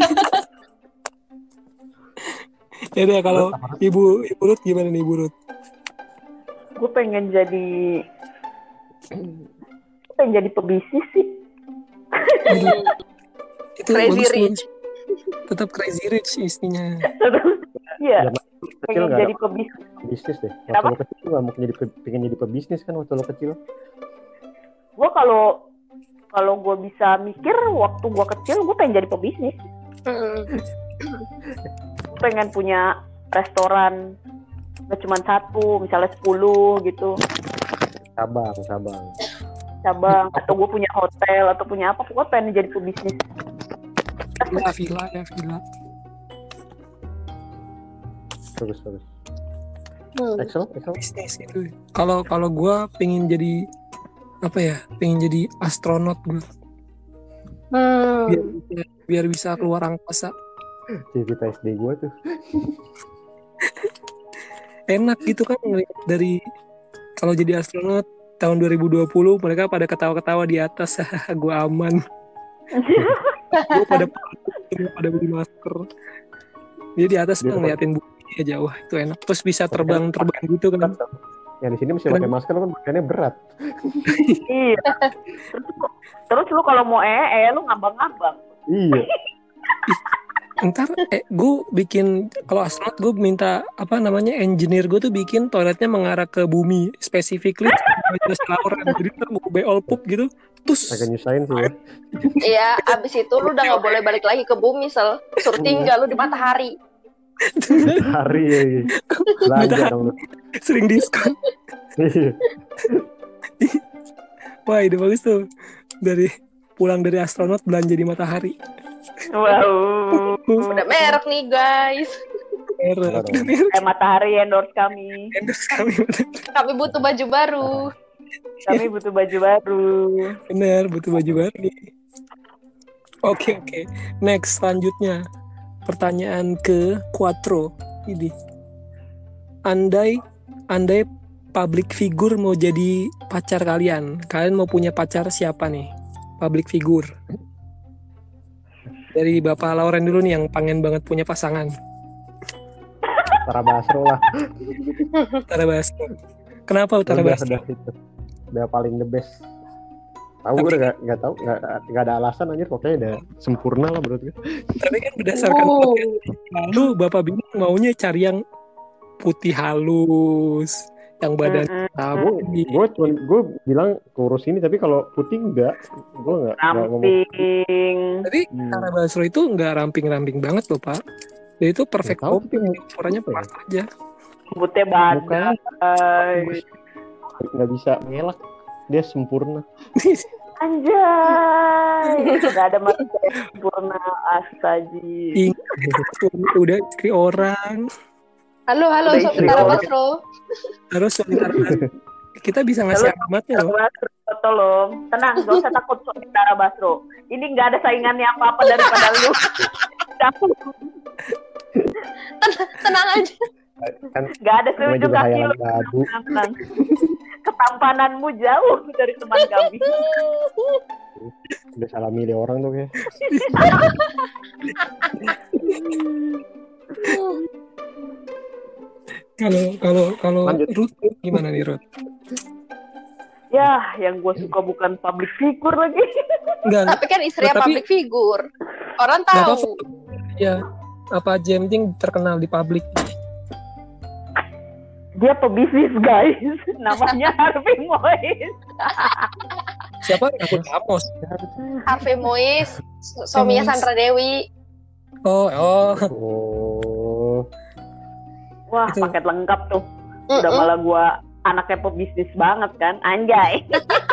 Speaker 1: Ya deh kalau ibu ibu Ruth gimana nih ibu Ruth?
Speaker 4: Gue pengen jadi gue pengen jadi pebisnis sih.
Speaker 1: Itu
Speaker 2: Crazy
Speaker 1: bagus tuh.
Speaker 2: rich.
Speaker 1: Tetap crazy rich istrinya.
Speaker 4: Iya,
Speaker 3: Zaman kecil
Speaker 4: pengen
Speaker 3: nggak
Speaker 4: jadi
Speaker 3: ada
Speaker 4: pebisnis.
Speaker 3: bisnis deh. Waktu
Speaker 4: Kenapa?
Speaker 3: lo kecil tuh nggak mau jadi pe- pengen jadi pebisnis kan waktu lo kecil?
Speaker 4: Gue kalau kalau gue bisa mikir waktu gue kecil gue pengen jadi pebisnis. Gue pengen punya restoran nggak cuma satu, misalnya sepuluh gitu
Speaker 3: Cabang, cabang.
Speaker 4: cabang, atau gue punya hotel atau punya apa, gue pengen jadi pebisnis.
Speaker 1: Villa villa ya villa.
Speaker 3: Bagus, bagus.
Speaker 2: Hmm.
Speaker 3: Excel, Excel.
Speaker 1: Bisnis itu. Kalau kalau gue pengen jadi apa ya? Pengen jadi astronot gue.
Speaker 2: Hmm.
Speaker 1: Biar, biar bisa keluar angkasa.
Speaker 3: Cerita S D gue tuh.
Speaker 1: Enak gitu kan ngeliat dari kalau jadi astronot tahun dua ribu dua puluh mereka pada ketawa-ketawa di atas. Gue aman. Gue pada pada beli masker. Dia di atas
Speaker 3: Dia
Speaker 1: kan ngeliatin bumi aja, wah itu enak. Terus bisa terbang-terbang gitu kan.
Speaker 3: Ya di sini mesti pakai masker kan pakaiannya berat.
Speaker 4: Iya. Terus, terus lu kalau mau ee, lu ngambang-ngambang.
Speaker 3: Iya.
Speaker 1: Ntar eh, gue bikin kalau astronot gue minta apa namanya engineer gue tuh bikin toiletnya mengarah ke bumi specifically Lauren jadi ntar gue beol pup gitu terus
Speaker 3: Agak nyusahin sih ya.
Speaker 2: Iya, abis itu lu udah gak boleh balik lagi ke bumi, Sel. Suruh tinggal lu di matahari.
Speaker 3: Hari ya. Belanja dong lu.
Speaker 1: sering diskon.
Speaker 3: Iya.
Speaker 1: Wah ide bagus tuh dari pulang dari astronot belanja di matahari.
Speaker 4: Wow.
Speaker 2: Udah merek nih guys.
Speaker 1: Merek,
Speaker 3: Benar.
Speaker 1: merek.
Speaker 4: Eh, Matahari endorse kami.
Speaker 1: Endorse kami bener.
Speaker 2: Kami butuh baju baru.
Speaker 4: Kami butuh baju baru.
Speaker 1: Bener butuh baju baru nih. Oke oke. Next selanjutnya pertanyaan ke Quattro ini. Andai andai public figure mau jadi pacar kalian, kalian mau punya pacar siapa nih? Public figure. Dari Bapak Lauren dulu nih yang pengen banget punya pasangan.
Speaker 3: Tara Basro lah.
Speaker 1: Tara Basro. Kenapa Tara
Speaker 3: Udah,
Speaker 1: Basro?
Speaker 3: udah itu. Udah paling the best. Tahu gue udah gak, gak tahu gak, gak ada alasan anjir, pokoknya udah sempurna lah menurut gue.
Speaker 1: Tapi kan berdasarkan
Speaker 2: Oh.
Speaker 1: podcast lalu Bapak Bintang maunya cari yang putih halus, yang badan
Speaker 4: Mm-mm.
Speaker 1: rapi.
Speaker 3: Gue cuma gue bilang kurus ini, tapi kalau putih enggak, gue nggak nggak ngomong.
Speaker 4: Ramping.
Speaker 1: Tapi
Speaker 3: Hmm.
Speaker 1: Tara Basro itu nggak ramping-ramping banget loh Pak. Dia itu perfect
Speaker 3: Nggak tahu,
Speaker 1: copy,
Speaker 3: tapi
Speaker 1: ukurannya
Speaker 3: apa ya?
Speaker 1: pas aja.
Speaker 4: Rambutnya
Speaker 3: Mukanya
Speaker 4: badai.
Speaker 3: nggak bisa ngelak, dia sempurna.
Speaker 4: Anjay. Gak ada manusia yang sempurna. Astaji.
Speaker 1: Ingat udah istri orang.
Speaker 2: Halo, halo,
Speaker 4: Udah
Speaker 2: Sobat
Speaker 3: istri
Speaker 2: Tara
Speaker 3: orang.
Speaker 2: Basro.
Speaker 1: Terus suami Tara Basro. Kita bisa ngasih
Speaker 4: Halo.
Speaker 1: alamatnya loh.
Speaker 4: Basro, tolong. Tenang, gak usah takut soal Tara Basro. Ini gak ada saingannya apa-apa daripada lu. Takut.
Speaker 2: Tenang aja.
Speaker 3: Kan
Speaker 4: Gak ada
Speaker 3: namanya
Speaker 4: seujung
Speaker 3: juga
Speaker 4: kaki lu.
Speaker 3: hayalan babu.
Speaker 4: Tenang. Ketampananmu jauh dari teman kami.
Speaker 3: Udah salah milih orang tuh kayak.
Speaker 1: Kalau kalau kalau
Speaker 3: Lanjut.
Speaker 1: Ruth gimana nih Ruth?
Speaker 4: Ya, yang gue suka bukan public figure lagi.
Speaker 1: Enggak,
Speaker 2: Tapi kan istrinya
Speaker 1: Tapi-
Speaker 2: public figure. Orang
Speaker 1: nggak
Speaker 2: tahu.
Speaker 1: apa-apa. Ya, apa aja yang penting terkenal di publik.
Speaker 4: Dia pebisnis guys, namanya Harvey Mois.
Speaker 1: Siapa? Aku Amos.
Speaker 2: Harvey Mois, su- suaminya Sandra Dewi.
Speaker 1: Oh, oh.
Speaker 3: Oh.
Speaker 4: Wah,
Speaker 1: Itu.
Speaker 4: paket lengkap tuh. Udah
Speaker 2: Mm-mm.
Speaker 4: malah gua anaknya pebisnis banget kan, anjay.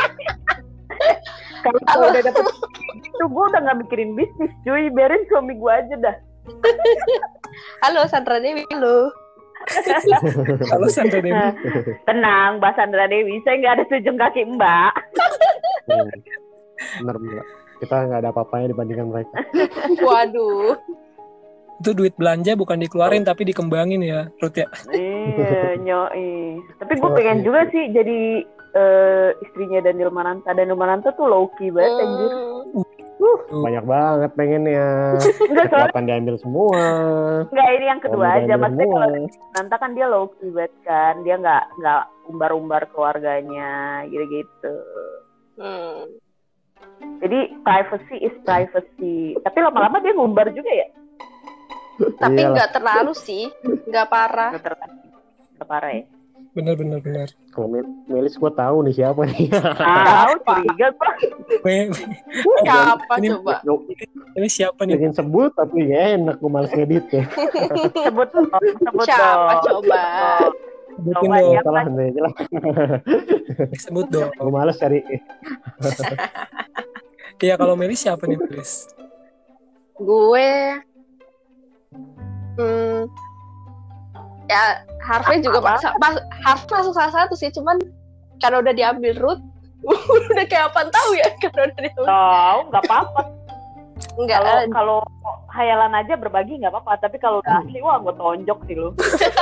Speaker 4: Kalau kalau udah dapet itu gue udah nggak mikirin bisnis, cuy, biarin suami gue aja dah.
Speaker 2: Halo Sandra Dewi, halo.
Speaker 1: Kalau Sandra Dewi.
Speaker 4: Nah, tenang, Mbak Sandra Dewi, saya nggak ada sejeng kaki Mbak.
Speaker 3: Hmm. Bener bener. Kita nggak ada apa-apanya dibandingkan mereka.
Speaker 2: Waduh.
Speaker 1: Itu duit belanja bukan dikeluarin tapi dikembangin ya, Ruth ya.
Speaker 4: Iya, nyoi. Tapi gue pengen juga sih jadi eh, istrinya Daniel Mananta. Daniel Mananta tuh low key banget, anjir.
Speaker 2: Hmm.
Speaker 3: Banyak banget pengennya.
Speaker 4: Enggak, soalnya
Speaker 3: Kapan diambil semua.
Speaker 4: enggak, ini yang kedua
Speaker 3: Kalau
Speaker 4: aja.
Speaker 3: diambil
Speaker 4: Maksudnya
Speaker 3: semua.
Speaker 4: kalau Mananta kan dia low key banget kan. Dia nggak nggak umbar-umbar keluarganya gitu-gitu.
Speaker 2: Hmm.
Speaker 4: Jadi privacy is privacy. Tapi lama-lama dia ngumbar juga ya.
Speaker 2: Tapi
Speaker 3: Iyalah.
Speaker 2: nggak terlalu sih, nggak parah.
Speaker 4: Nggak terlalu nggak parah ya.
Speaker 1: Bener bener bener.
Speaker 3: Kalau Mel- Melis gue tahu nih siapa nih.
Speaker 4: Tahu curiga gue.
Speaker 1: Me-
Speaker 2: Siapa
Speaker 1: Ini-
Speaker 2: coba?
Speaker 1: Ini siapa nih?
Speaker 3: Pengen sebut tapi gak enak gue males ngedit ya.
Speaker 4: Sebut dong, sebut
Speaker 2: Siapa
Speaker 4: dong.
Speaker 2: coba?
Speaker 1: Sebutin
Speaker 4: Coba
Speaker 1: dong.
Speaker 4: ya.
Speaker 3: Salah nanti aja lah.
Speaker 1: Sebut dong.
Speaker 3: Gue males cari.
Speaker 1: Iya, kalau Melis siapa nih, Melis?
Speaker 2: Gue, hmm, ya Harvey juga
Speaker 4: Apa?
Speaker 2: masuk, mas, Harvey masuk salah satu sih, cuman karena udah diambil Ruth, udah kayak apaan tahu ya karena udah diambil.
Speaker 4: Tahu, nggak apa-apa.
Speaker 2: Enggak,
Speaker 4: Kalau
Speaker 2: eh,
Speaker 4: kalau hayalan aja berbagi nggak apa-apa. Tapi kalau udah asli, wah gue tonjok sih lu.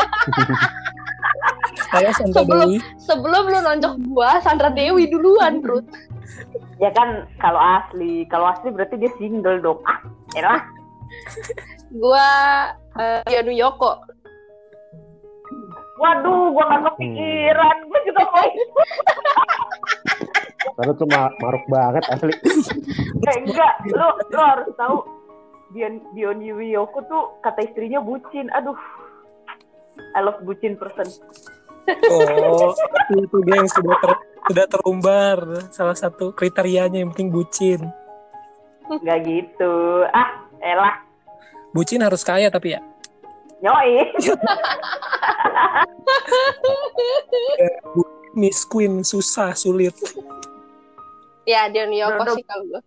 Speaker 1: Saya Sandra
Speaker 2: Sebelum-
Speaker 1: Dewi.
Speaker 2: sebelum lu nonjok gua, Sandra Dewi duluan Ruth.
Speaker 4: Ya kan kalau asli, kalau asli berarti dia single dong. Ah, elah.
Speaker 2: Gua uh, Yonu Yoko.
Speaker 4: Waduh, gue nggak kepikiran. Gue juga mau.
Speaker 3: Karena tuh ma- maruk banget asli.
Speaker 4: Eh, enggak, lu lu harus tahu. Dion Dion Wiyoko tuh kata istrinya bucin. Aduh, I love bucin person.
Speaker 1: Oh, itu geng sudah ter, sudah terumbar salah satu kriterianya yang penting bucin.
Speaker 4: Nggak gitu. Ah, elah.
Speaker 1: Bucin harus kaya tapi ya.
Speaker 4: Nyoi.
Speaker 1: Miss Queen susah sulit.
Speaker 2: Ya Yonu Yoko
Speaker 4: Produk.
Speaker 2: sih kalau gua.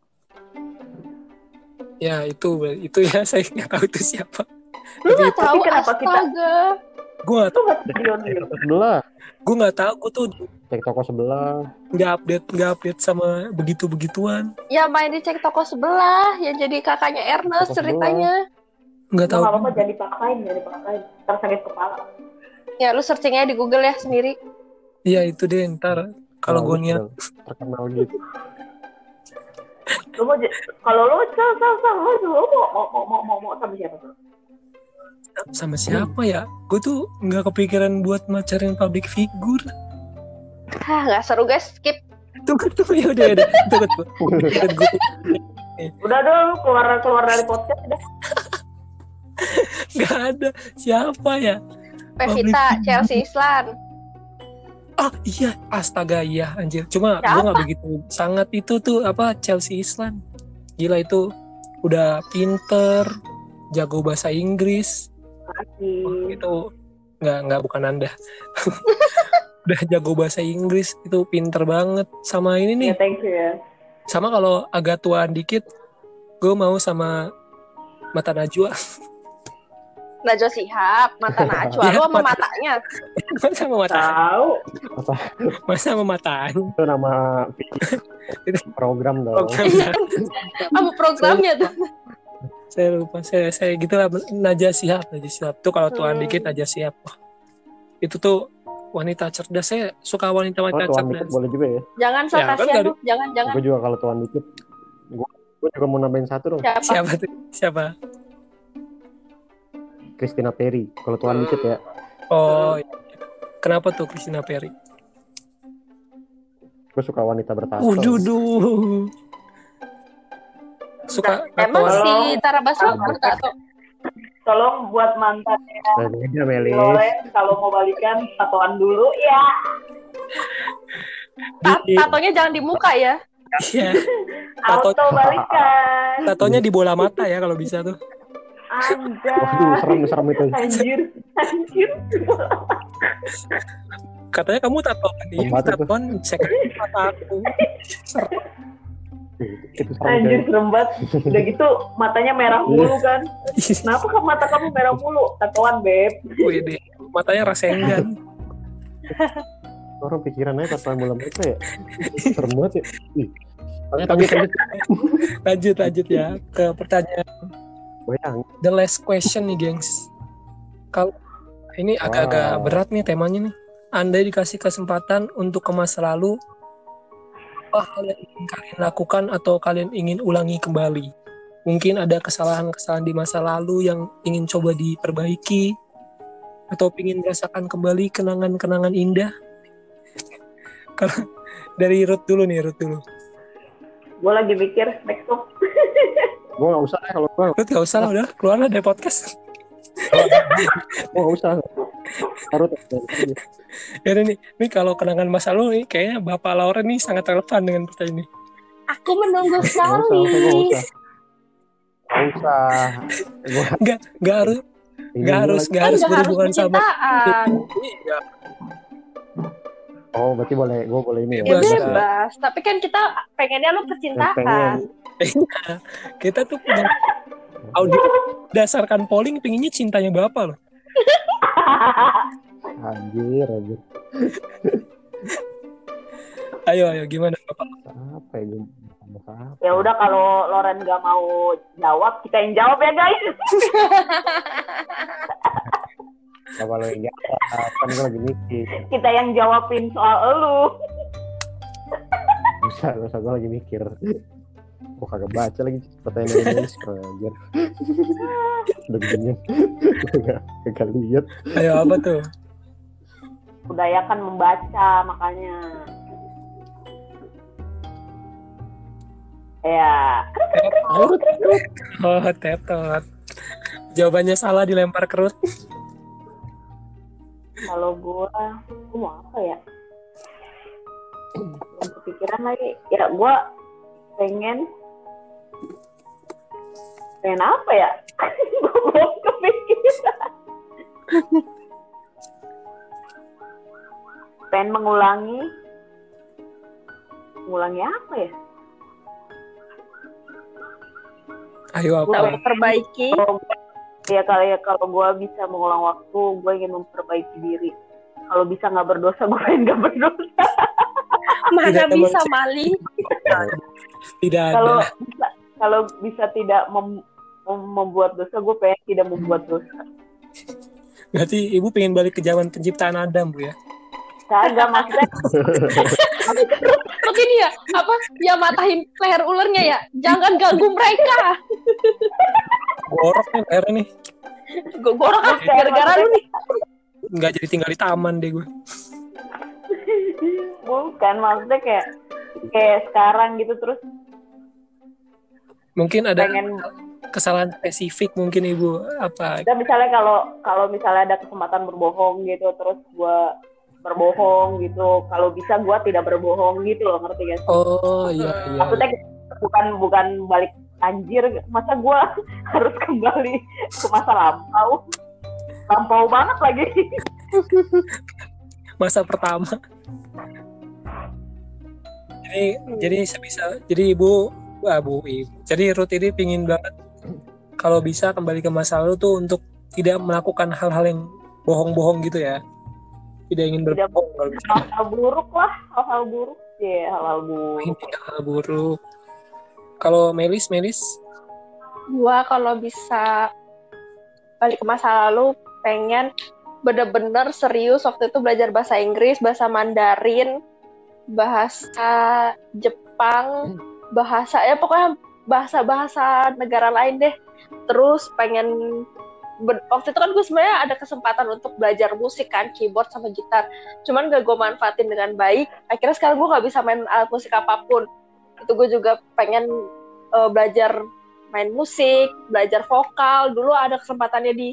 Speaker 1: Ya itu itu ya saya nggak tahu itu siapa.
Speaker 2: Lu nggak
Speaker 4: Tapi
Speaker 2: tahu,
Speaker 4: kenapa kita-
Speaker 2: astaga.
Speaker 1: Gue nggak
Speaker 4: Itu nggak Dion
Speaker 3: Cek
Speaker 4: Wiyoko.
Speaker 3: toko sebelah.
Speaker 1: gue nggak tahu gue tuh
Speaker 3: Cek toko sebelah.
Speaker 1: nggak update nggak update sama begitu begituan.
Speaker 2: Ya main di cek toko sebelah, ya jadi kakaknya Ernest
Speaker 3: Toko sebelah.
Speaker 2: ceritanya.
Speaker 1: Nggak
Speaker 4: Nggak
Speaker 1: tahu.
Speaker 4: apa-apa, jangan dipaksain, jangan dipaksain. Ntar sakit kepala.
Speaker 2: Ya lu searching aja di Google ya sendiri.
Speaker 1: Iya itu deh ntar kalau gue
Speaker 3: Bagus
Speaker 1: niat.
Speaker 3: dong. Terkenal gitu.
Speaker 4: Lu mau j- kalau lu sel sel sel lu lu mau mau mau mau mau, mau sama siapa tuh?
Speaker 1: Sama siapa ya? Gue tuh nggak kepikiran buat macarin public figure.
Speaker 2: Hah, nggak seru guys, skip.
Speaker 1: Tunggu tunggu ya udah udah tunggu tunggu. Gue
Speaker 4: Udah dong, keluar keluar dari podcast udah.
Speaker 1: nggak ada siapa ya?
Speaker 2: Pevita,
Speaker 1: Public
Speaker 2: Chelsea Islan.
Speaker 1: Oh iya, astaga iya anjir. Cuma
Speaker 2: Siapa?
Speaker 1: gue nggak begitu sangat itu tuh apa Chelsea Islan. Gila itu udah pinter, jago bahasa Inggris.
Speaker 4: Makasih.
Speaker 1: Itu nggak nggak bukan Anda. Udah jago bahasa Inggris itu pinter banget. Sama ini nih,
Speaker 4: Ya, thank you ya.
Speaker 1: sama kalau agak tuaan dikit, gue mau sama Mata Najwa.
Speaker 2: Najwa Shihab, Mata Najwa.
Speaker 1: Ya,
Speaker 2: Lu sama
Speaker 1: mata-
Speaker 2: matanya.
Speaker 1: Masa sama mata,
Speaker 4: Tahu.
Speaker 1: masa sama mataan.
Speaker 3: Itu nama program dong.
Speaker 1: Programnya.
Speaker 2: Apa programnya tuh?
Speaker 1: Saya lupa, saya saya gitu lah. Najwa Shihab, Najwa Shihab tuh kalau tuaan
Speaker 2: Hmm.
Speaker 1: dikit Najwa Shihab. Wah, itu tuh wanita cerdas. Saya suka
Speaker 3: Oh,
Speaker 1: wanita-wanita
Speaker 3: tuan dikit
Speaker 1: cerdas.
Speaker 3: boleh juga ya.
Speaker 2: Jangan sok
Speaker 1: Ya, kan
Speaker 2: kasihan
Speaker 1: nggak
Speaker 2: lu. Jangan, jangan.
Speaker 3: Gue juga kalau tuan dikit. Gue juga mau nambahin satu dong.
Speaker 2: Siapa?
Speaker 1: Siapa tuh? Siapa?
Speaker 3: Christina Perry. Kalau tuan dikit ya.
Speaker 1: Oh, iya. Kenapa tuh Christina Perry?
Speaker 3: Gue suka wanita bertato.
Speaker 1: Waduh, duh. suka
Speaker 2: Emang
Speaker 1: tatoan.
Speaker 2: si Tara Basro bertato?
Speaker 4: Tolong buat mantannya
Speaker 3: Nah, beda Melis.
Speaker 4: Loren kalau mau balikan tatoan dulu ya.
Speaker 2: Ta-
Speaker 1: Di-
Speaker 2: Tatonya jangan di muka ya.
Speaker 1: Iya. Tato,
Speaker 4: Auto balikan.
Speaker 1: tatonya di bola mata ya kalau bisa tuh.
Speaker 3: Waduh,
Speaker 4: Anjay.
Speaker 3: serem-serem itu.
Speaker 4: Anjir. Anjir.
Speaker 1: Katanya kamu tatoan ini,
Speaker 3: Obat itu.
Speaker 1: tatoan cek mata aku. Serem.
Speaker 3: Itu serem.
Speaker 4: Anjir
Speaker 3: Coy.
Speaker 4: serem banget. Udah gitu matanya merah mulu kan. Kenapa kan mata kamu merah mulu? Tatoan, Beb.
Speaker 1: Wih deh, matanya Rasengan.
Speaker 3: Orang pikirannya tatoan bola mata ya. Serem banget ya. Ih. Lanjut, lanjut, lanjut.
Speaker 1: Lanjut lanjut ya ke pertanyaan
Speaker 3: Bayang.
Speaker 1: the last question nih, gengs. Kalau ini agak-agak
Speaker 3: Wow.
Speaker 1: berat nih temanya nih. Andai dikasih kesempatan untuk ke masa lalu, apa hal yang ingin kalian lakukan atau kalian ingin ulangi kembali? Mungkin ada kesalahan-kesalahan di masa lalu yang ingin coba diperbaiki, atau ingin merasakan kembali kenangan-kenangan indah. Kalau dari Ruth dulu nih, Ruth dulu.
Speaker 4: Gue lagi mikir next up.
Speaker 3: Gue gak usah ya kalau gue.
Speaker 1: Ruth gak usah lah, udah keluar lah dari podcast.
Speaker 3: Gue gak usah. Harus.
Speaker 1: Ya nih, nih kalau kenangan masa lalu nih, kayaknya Bapak Lauren nih sangat relevan dengan pertanyaan ini.
Speaker 2: Aku menunggu
Speaker 3: Gak usah.
Speaker 2: sekali.
Speaker 3: Gue gak usah. Gak usah. Gue
Speaker 1: Nggak, nggak harus, nggak harus, nggak
Speaker 2: Kan
Speaker 1: harus
Speaker 2: nggak harus
Speaker 1: berhubungan sama.
Speaker 2: percintaan.
Speaker 1: Iya,
Speaker 3: Oh, berarti boleh. Gue boleh ini ya.
Speaker 2: Ya
Speaker 1: Bebas.
Speaker 2: bebas. Tapi kan kita pengennya lu percintaan.
Speaker 1: kita tuh punya audio berdasarkan polling, pinginnya cintanya Bapak loh.
Speaker 3: Anjir, anjir.
Speaker 1: Ayo, ayo, gimana Bapak?
Speaker 3: Apa ya gue? Apa?
Speaker 4: Ya udah kalau Loren gak mau jawab, kita yang jawab ya guys.
Speaker 3: Kalau lo enggak, kan gue lagi mikir.
Speaker 4: Kita yang jawabin soal elu.
Speaker 3: Bisa, bisa gue lagi mikir. Gue kagak baca lagi pertanyaan ini, anjir. Udah begini. Kagak kagak lihat.
Speaker 1: Ayo, apa tuh?
Speaker 4: Budayakan membaca makanya. Ya,
Speaker 1: Oh, tetot. Jawabannya salah, dilempar ke Ruth.
Speaker 4: kalau gua, gua mau apa ya? Belum kepikiran lagi. Ya gua pengen pengen apa ya? Gua belum kepikiran. Pengen mengulangi mengulangi apa ya?
Speaker 1: Ayo,
Speaker 4: Gua
Speaker 1: apa?
Speaker 4: pengen-
Speaker 2: Perbaiki.
Speaker 4: Kalau gua- ya kalau ya kalau gue bisa mengulang waktu, gue ingin memperbaiki diri. Kalau bisa nggak berdosa, gue pengen nggak berdosa.
Speaker 2: Mana
Speaker 1: Tidak ada
Speaker 2: bisa
Speaker 1: manusia.
Speaker 2: maling?
Speaker 1: Tidak
Speaker 4: Kalau
Speaker 1: ada.
Speaker 4: bisa kalau bisa tidak mem- mem- membuat dosa, gue pengen tidak membuat dosa.
Speaker 1: Berarti Ibu pengen balik ke zaman penciptaan Adam, Bu ya?
Speaker 4: Kagak maksudnya.
Speaker 2: Terus ini ya, apa? Ya matahin leher ulernya ya. Jangan ganggu mereka.
Speaker 1: Gorok nih, lehernya nih.
Speaker 2: Gue gorok kan gara-gara lu nih.
Speaker 1: Nggak jadi tinggal di taman deh gue.
Speaker 4: Bukan maksudnya kayak kayak sekarang gitu terus
Speaker 1: Mungkin ada
Speaker 4: pengen.
Speaker 1: kesalahan spesifik mungkin Ibu apa?
Speaker 4: Dan misalnya kalau kalau misalnya ada kesempatan berbohong gitu, terus gue berbohong gitu. Kalau bisa gue tidak berbohong gitu loh, ngerti gak sih?
Speaker 1: Oh iya iya.
Speaker 4: Maksudnya bukan bukan balik anjir, masa gue harus kembali ke masa lampau? Lampau banget lagi.
Speaker 1: Masa pertama. Jadi jadi sebisa jadi Ibu, ah, Bu Ibu. Jadi Ruth ini pingin banget kalau bisa kembali ke masa lalu tuh untuk tidak melakukan hal-hal yang bohong-bohong gitu ya. Tidak ingin
Speaker 4: Tidak
Speaker 1: berbohong kalau bisa.
Speaker 4: hal-hal buruk lah, hal-hal buruk ya, hal-hal buruk.
Speaker 1: Ini hal buruk. Kalau Melis, Melis,
Speaker 2: Gua kalau bisa balik ke masa lalu pengen bener-bener serius waktu itu belajar bahasa Inggris, bahasa Mandarin, bahasa Jepang, bahasa ya pokoknya bahasa-bahasa negara lain deh. Terus pengen ben- waktu itu kan gue sebenarnya ada kesempatan untuk belajar musik kan, keyboard sama gitar. Cuman gak gue manfaatin dengan baik. Akhirnya sekarang gue gak bisa main alat musik apapun. Itu gue juga pengen uh, belajar main musik, belajar vokal. Dulu ada kesempatannya di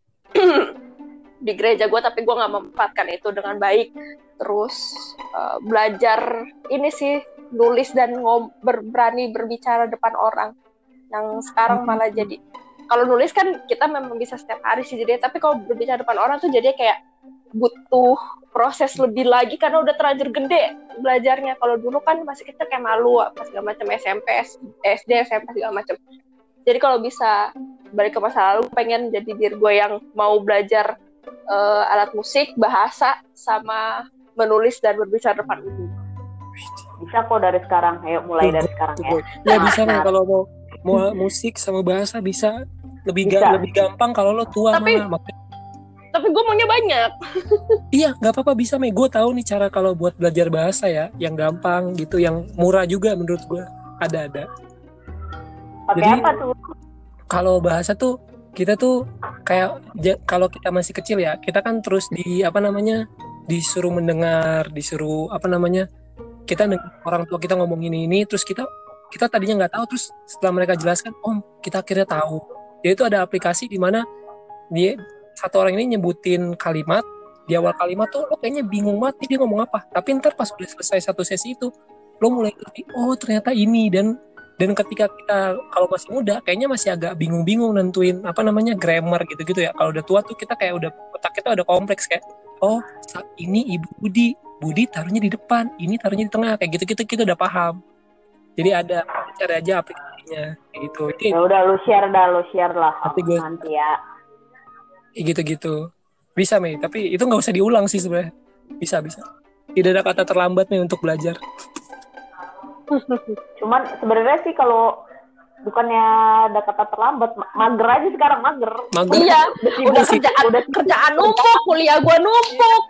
Speaker 2: di gereja gue, tapi gue nggak memanfaatkan itu dengan baik. Terus uh, belajar ini sih, nulis dan ngom- ber- berani berbicara depan orang. Yang sekarang malah jadi, kalau nulis kan kita memang bisa setiap hari sih jadi, tapi kalau berbicara depan orang tuh jadi kayak butuh proses lebih lagi karena udah terlanjur gede belajarnya. Kalau dulu kan masih kecil kayak malu apa segala macam, S M P, S D, S M P segala macam. Jadi kalau bisa balik ke masa lalu, pengen jadi diri gue yang mau belajar uh, alat musik, bahasa, sama menulis dan berbicara depan umum.
Speaker 4: Bisa kok dari sekarang, ayo mulai dari sekarang ya.
Speaker 1: Ya bisa nih kalau mau mau musik sama bahasa bisa lebih
Speaker 4: Bisa.
Speaker 1: ga, lebih gampang kalau lo tua
Speaker 2: Tapi-
Speaker 1: mah. Makanya
Speaker 2: Tapi gue maunya banyak.
Speaker 1: iya, nggak apa-apa bisa, Mei. Gue tahu nih cara kalau buat belajar bahasa ya, yang gampang gitu, yang murah juga menurut gue. Ada-ada.
Speaker 4: Pakai
Speaker 1: Jadi-
Speaker 4: apa tuh?
Speaker 1: Kalau bahasa tuh kita tuh kayak ja- kalau kita masih kecil ya, kita kan terus di apa namanya disuruh mendengar, disuruh apa namanya kita denger orang tua kita ngomong ini ini, terus kita kita tadinya nggak tahu, terus setelah mereka jelaskan, oh kita akhirnya tahu. Jadi itu ada aplikasi di mana dia satu orang ini nyebutin kalimat, di awal kalimat tuh lo kayaknya bingung banget nih dia ngomong apa, tapi ntar pas udah selesai satu sesi itu lo mulai ngerti, oh ternyata ini. dan dan ketika kita kalau masih muda kayaknya masih agak bingung-bingung nentuin apa namanya grammar gitu-gitu ya. Kalau udah tua tuh kita kayak udah otak kita udah kompleks, kayak oh ini Ibu Budi, Budi taruhnya di depan, ini taruhnya di tengah, kayak gitu-gitu kita udah paham. Jadi ada, cari aja aplikasinya kayak gitu. Jadi
Speaker 4: Ya udah lu share dah, lu share lah
Speaker 1: Nanti gue-
Speaker 4: nanti ya.
Speaker 1: kayak gitu-gitu bisa, Mei, tapi itu nggak usah diulang sih sebenarnya. Bisa bisa. Tidak ada kata terlambat nih untuk belajar.
Speaker 4: Cuman sebenarnya sih kalau bukannya ada kata terlambat, ma- mager aja sekarang, mager.
Speaker 1: Mager.
Speaker 2: Iya, udah
Speaker 1: sih.
Speaker 2: kerjaan,
Speaker 4: udah
Speaker 2: kerjaan numpuk, kuliah gue numpuk.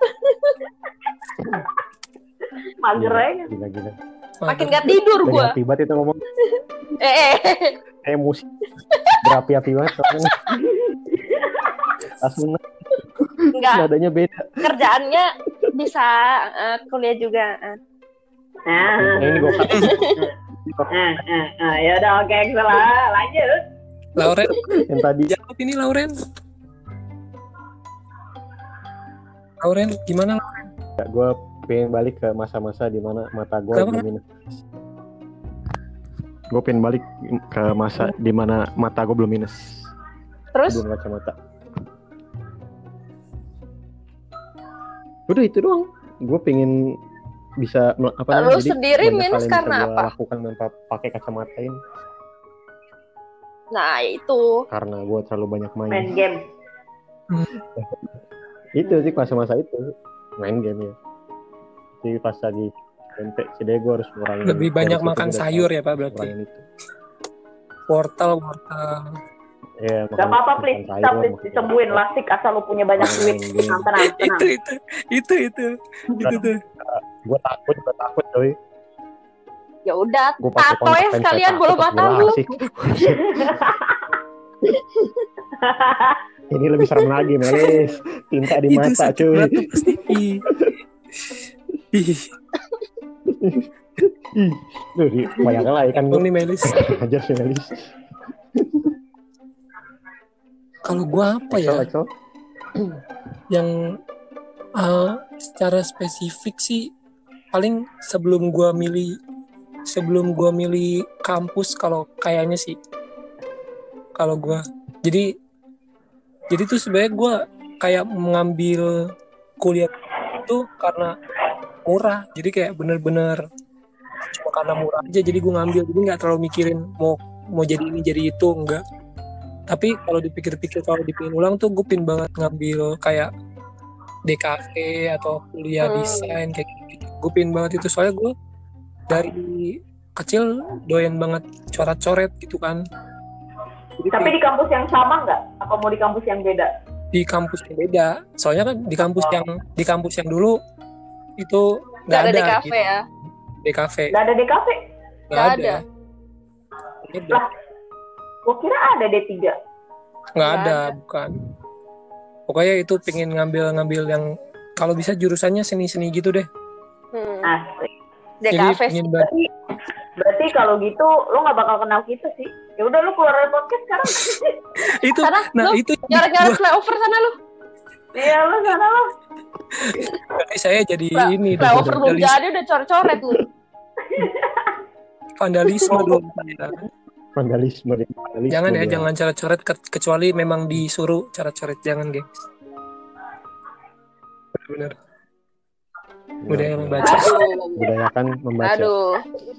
Speaker 4: mager aja.
Speaker 3: Gila, gila.
Speaker 2: Makin gak tidur
Speaker 3: Dari
Speaker 2: gue.
Speaker 3: hati banget itu ngomong.
Speaker 2: Eh, eh.
Speaker 3: Emosi. Berapi-api banget. soalnya. Langsung
Speaker 2: Enggak,
Speaker 3: nadanya beda.
Speaker 2: kerjaannya bisa eh, kuliah juga. Eh.
Speaker 4: Nah,
Speaker 3: Nah, ini gue
Speaker 4: nah, nah, nah, ya udah oke, salah. Lanjut.
Speaker 1: Lauren,
Speaker 3: yang tadi
Speaker 1: jawab ini Lauren. Lauren, gimana?
Speaker 3: gue pengen balik ke masa-masa di mana mata gue
Speaker 1: Kenapa?
Speaker 3: belum minus. Gue pengen balik ke masa di mana mata gue belum minus,
Speaker 2: Terus
Speaker 3: belum kacamata. Udah itu doang. Gue pengen bisa mel- apa
Speaker 2: Lu
Speaker 3: namanya, jadi
Speaker 2: sendiri
Speaker 3: banyak
Speaker 2: minus
Speaker 3: hal yang
Speaker 2: karena
Speaker 3: bisa gua
Speaker 2: apa?
Speaker 3: lakukan tanpa pakai kacamata ini
Speaker 2: nah itu.
Speaker 3: karena gue terlalu banyak main.
Speaker 4: Main game.
Speaker 3: Itu sih masa-masa itu main game ya. Jadi pas lagi S M P, jadi gue harus ngurangin.
Speaker 1: Lebih banyak
Speaker 3: dari situ
Speaker 1: makan
Speaker 3: gua udah
Speaker 1: sayur
Speaker 3: tahu
Speaker 1: ya Pak berarti.
Speaker 3: ngurangin itu.
Speaker 1: Wortel, wortel.
Speaker 3: Iya,
Speaker 4: Gak
Speaker 3: makan-
Speaker 4: apa-apa,
Speaker 3: makan
Speaker 4: please.
Speaker 3: sayur,
Speaker 4: Kita please
Speaker 3: makan
Speaker 4: disembuhin
Speaker 3: sayur.
Speaker 4: lasik asal lu punya banyak
Speaker 3: Main
Speaker 4: duit.
Speaker 3: game.
Speaker 4: Tenang, tenang, tenang.
Speaker 1: Itu itu itu itu itu tuh.
Speaker 3: Gue takut, gue takut coy.
Speaker 2: Ya udah,
Speaker 3: Gue pakai
Speaker 2: tato ya
Speaker 3: kontak lens,
Speaker 2: sekalian
Speaker 3: saya
Speaker 2: bulu
Speaker 3: takut,
Speaker 2: mata
Speaker 3: gua
Speaker 2: lu.
Speaker 3: asik. Ini lebih serem lagi, Melis. Tinta di
Speaker 1: Itu
Speaker 3: mata,
Speaker 1: sakit
Speaker 3: cuy.
Speaker 1: banget tuh pasti. Ih. Ih,
Speaker 3: Ih, Duh, di- bayangkan lah ikan
Speaker 1: Bang
Speaker 3: gue
Speaker 1: nih Melis.
Speaker 3: aja sih, Melis.
Speaker 1: Kalau gua apa
Speaker 3: Excel,
Speaker 1: ya?
Speaker 3: Excel.
Speaker 1: Yang uh, secara spesifik sih paling sebelum gua milih sebelum gua milih kampus, kalau kayaknya sih kalau gua jadi jadi tuh sebenarnya gua kayak mengambil kuliah itu karena murah, jadi kayak bener-bener cuma karena murah aja jadi gue ngambil, jadi nggak terlalu mikirin mau mau jadi ini jadi itu, enggak. Tapi kalau dipikir-pikir, kalau dipilih ulang tuh gue pin banget ngambil kayak D K V atau kuliah
Speaker 2: Hmm.
Speaker 1: desain kayak gitu. Gue pin banget itu soalnya gue dari kecil doyan banget coret-coret gitu kan. Jadi
Speaker 4: Tapi
Speaker 1: kayak
Speaker 4: di kampus yang sama nggak? Apa mau di kampus yang beda?
Speaker 1: di kampus yang beda. Soalnya kan di kampus yang di kampus yang dulu itu
Speaker 2: Gak
Speaker 1: nggak
Speaker 2: ada
Speaker 1: ada,
Speaker 2: di kafe
Speaker 1: gitu.
Speaker 2: ya.
Speaker 1: D K V
Speaker 4: Nggak ada D K V?
Speaker 1: nggak
Speaker 2: Nggak
Speaker 1: ada.
Speaker 2: ada.
Speaker 1: Beda.
Speaker 4: Lah, gua kira ada D tiga.
Speaker 1: Nggak
Speaker 2: Nggak
Speaker 1: ada,
Speaker 2: ada.
Speaker 1: bukan. Pokoknya itu pengen ngambil-ngambil yang kalau bisa jurusannya seni-seni gitu deh.
Speaker 2: Hmm.
Speaker 4: Asik.
Speaker 2: D K V
Speaker 1: Jadi
Speaker 2: sih.
Speaker 1: pengen banget.
Speaker 4: Berarti kalau gitu lo nggak bakal kenal kita sih. Ya udah lu keluar dari podcast sekarang.
Speaker 1: Itu,
Speaker 2: Sana,
Speaker 1: nah
Speaker 2: lu
Speaker 1: itu
Speaker 2: nyaret-nyaret
Speaker 1: gua-
Speaker 2: flyover sana lu.
Speaker 4: Iya lu sana lo.
Speaker 1: berarti saya jadi
Speaker 2: Fly-
Speaker 1: ini dong,
Speaker 2: Flyover lu
Speaker 1: vandalis-
Speaker 2: jadi udah coret-coret lu.
Speaker 1: vandalisme dong.
Speaker 3: Vandalisme, vandalisme
Speaker 1: Jangan ya,
Speaker 3: dia.
Speaker 1: jangan coret-coret ke- kecuali memang disuruh coret-coret, jangan gengs. Bener. Udah yang baca.
Speaker 2: Aduh.
Speaker 3: Budayakan membaca.
Speaker 2: Aduh.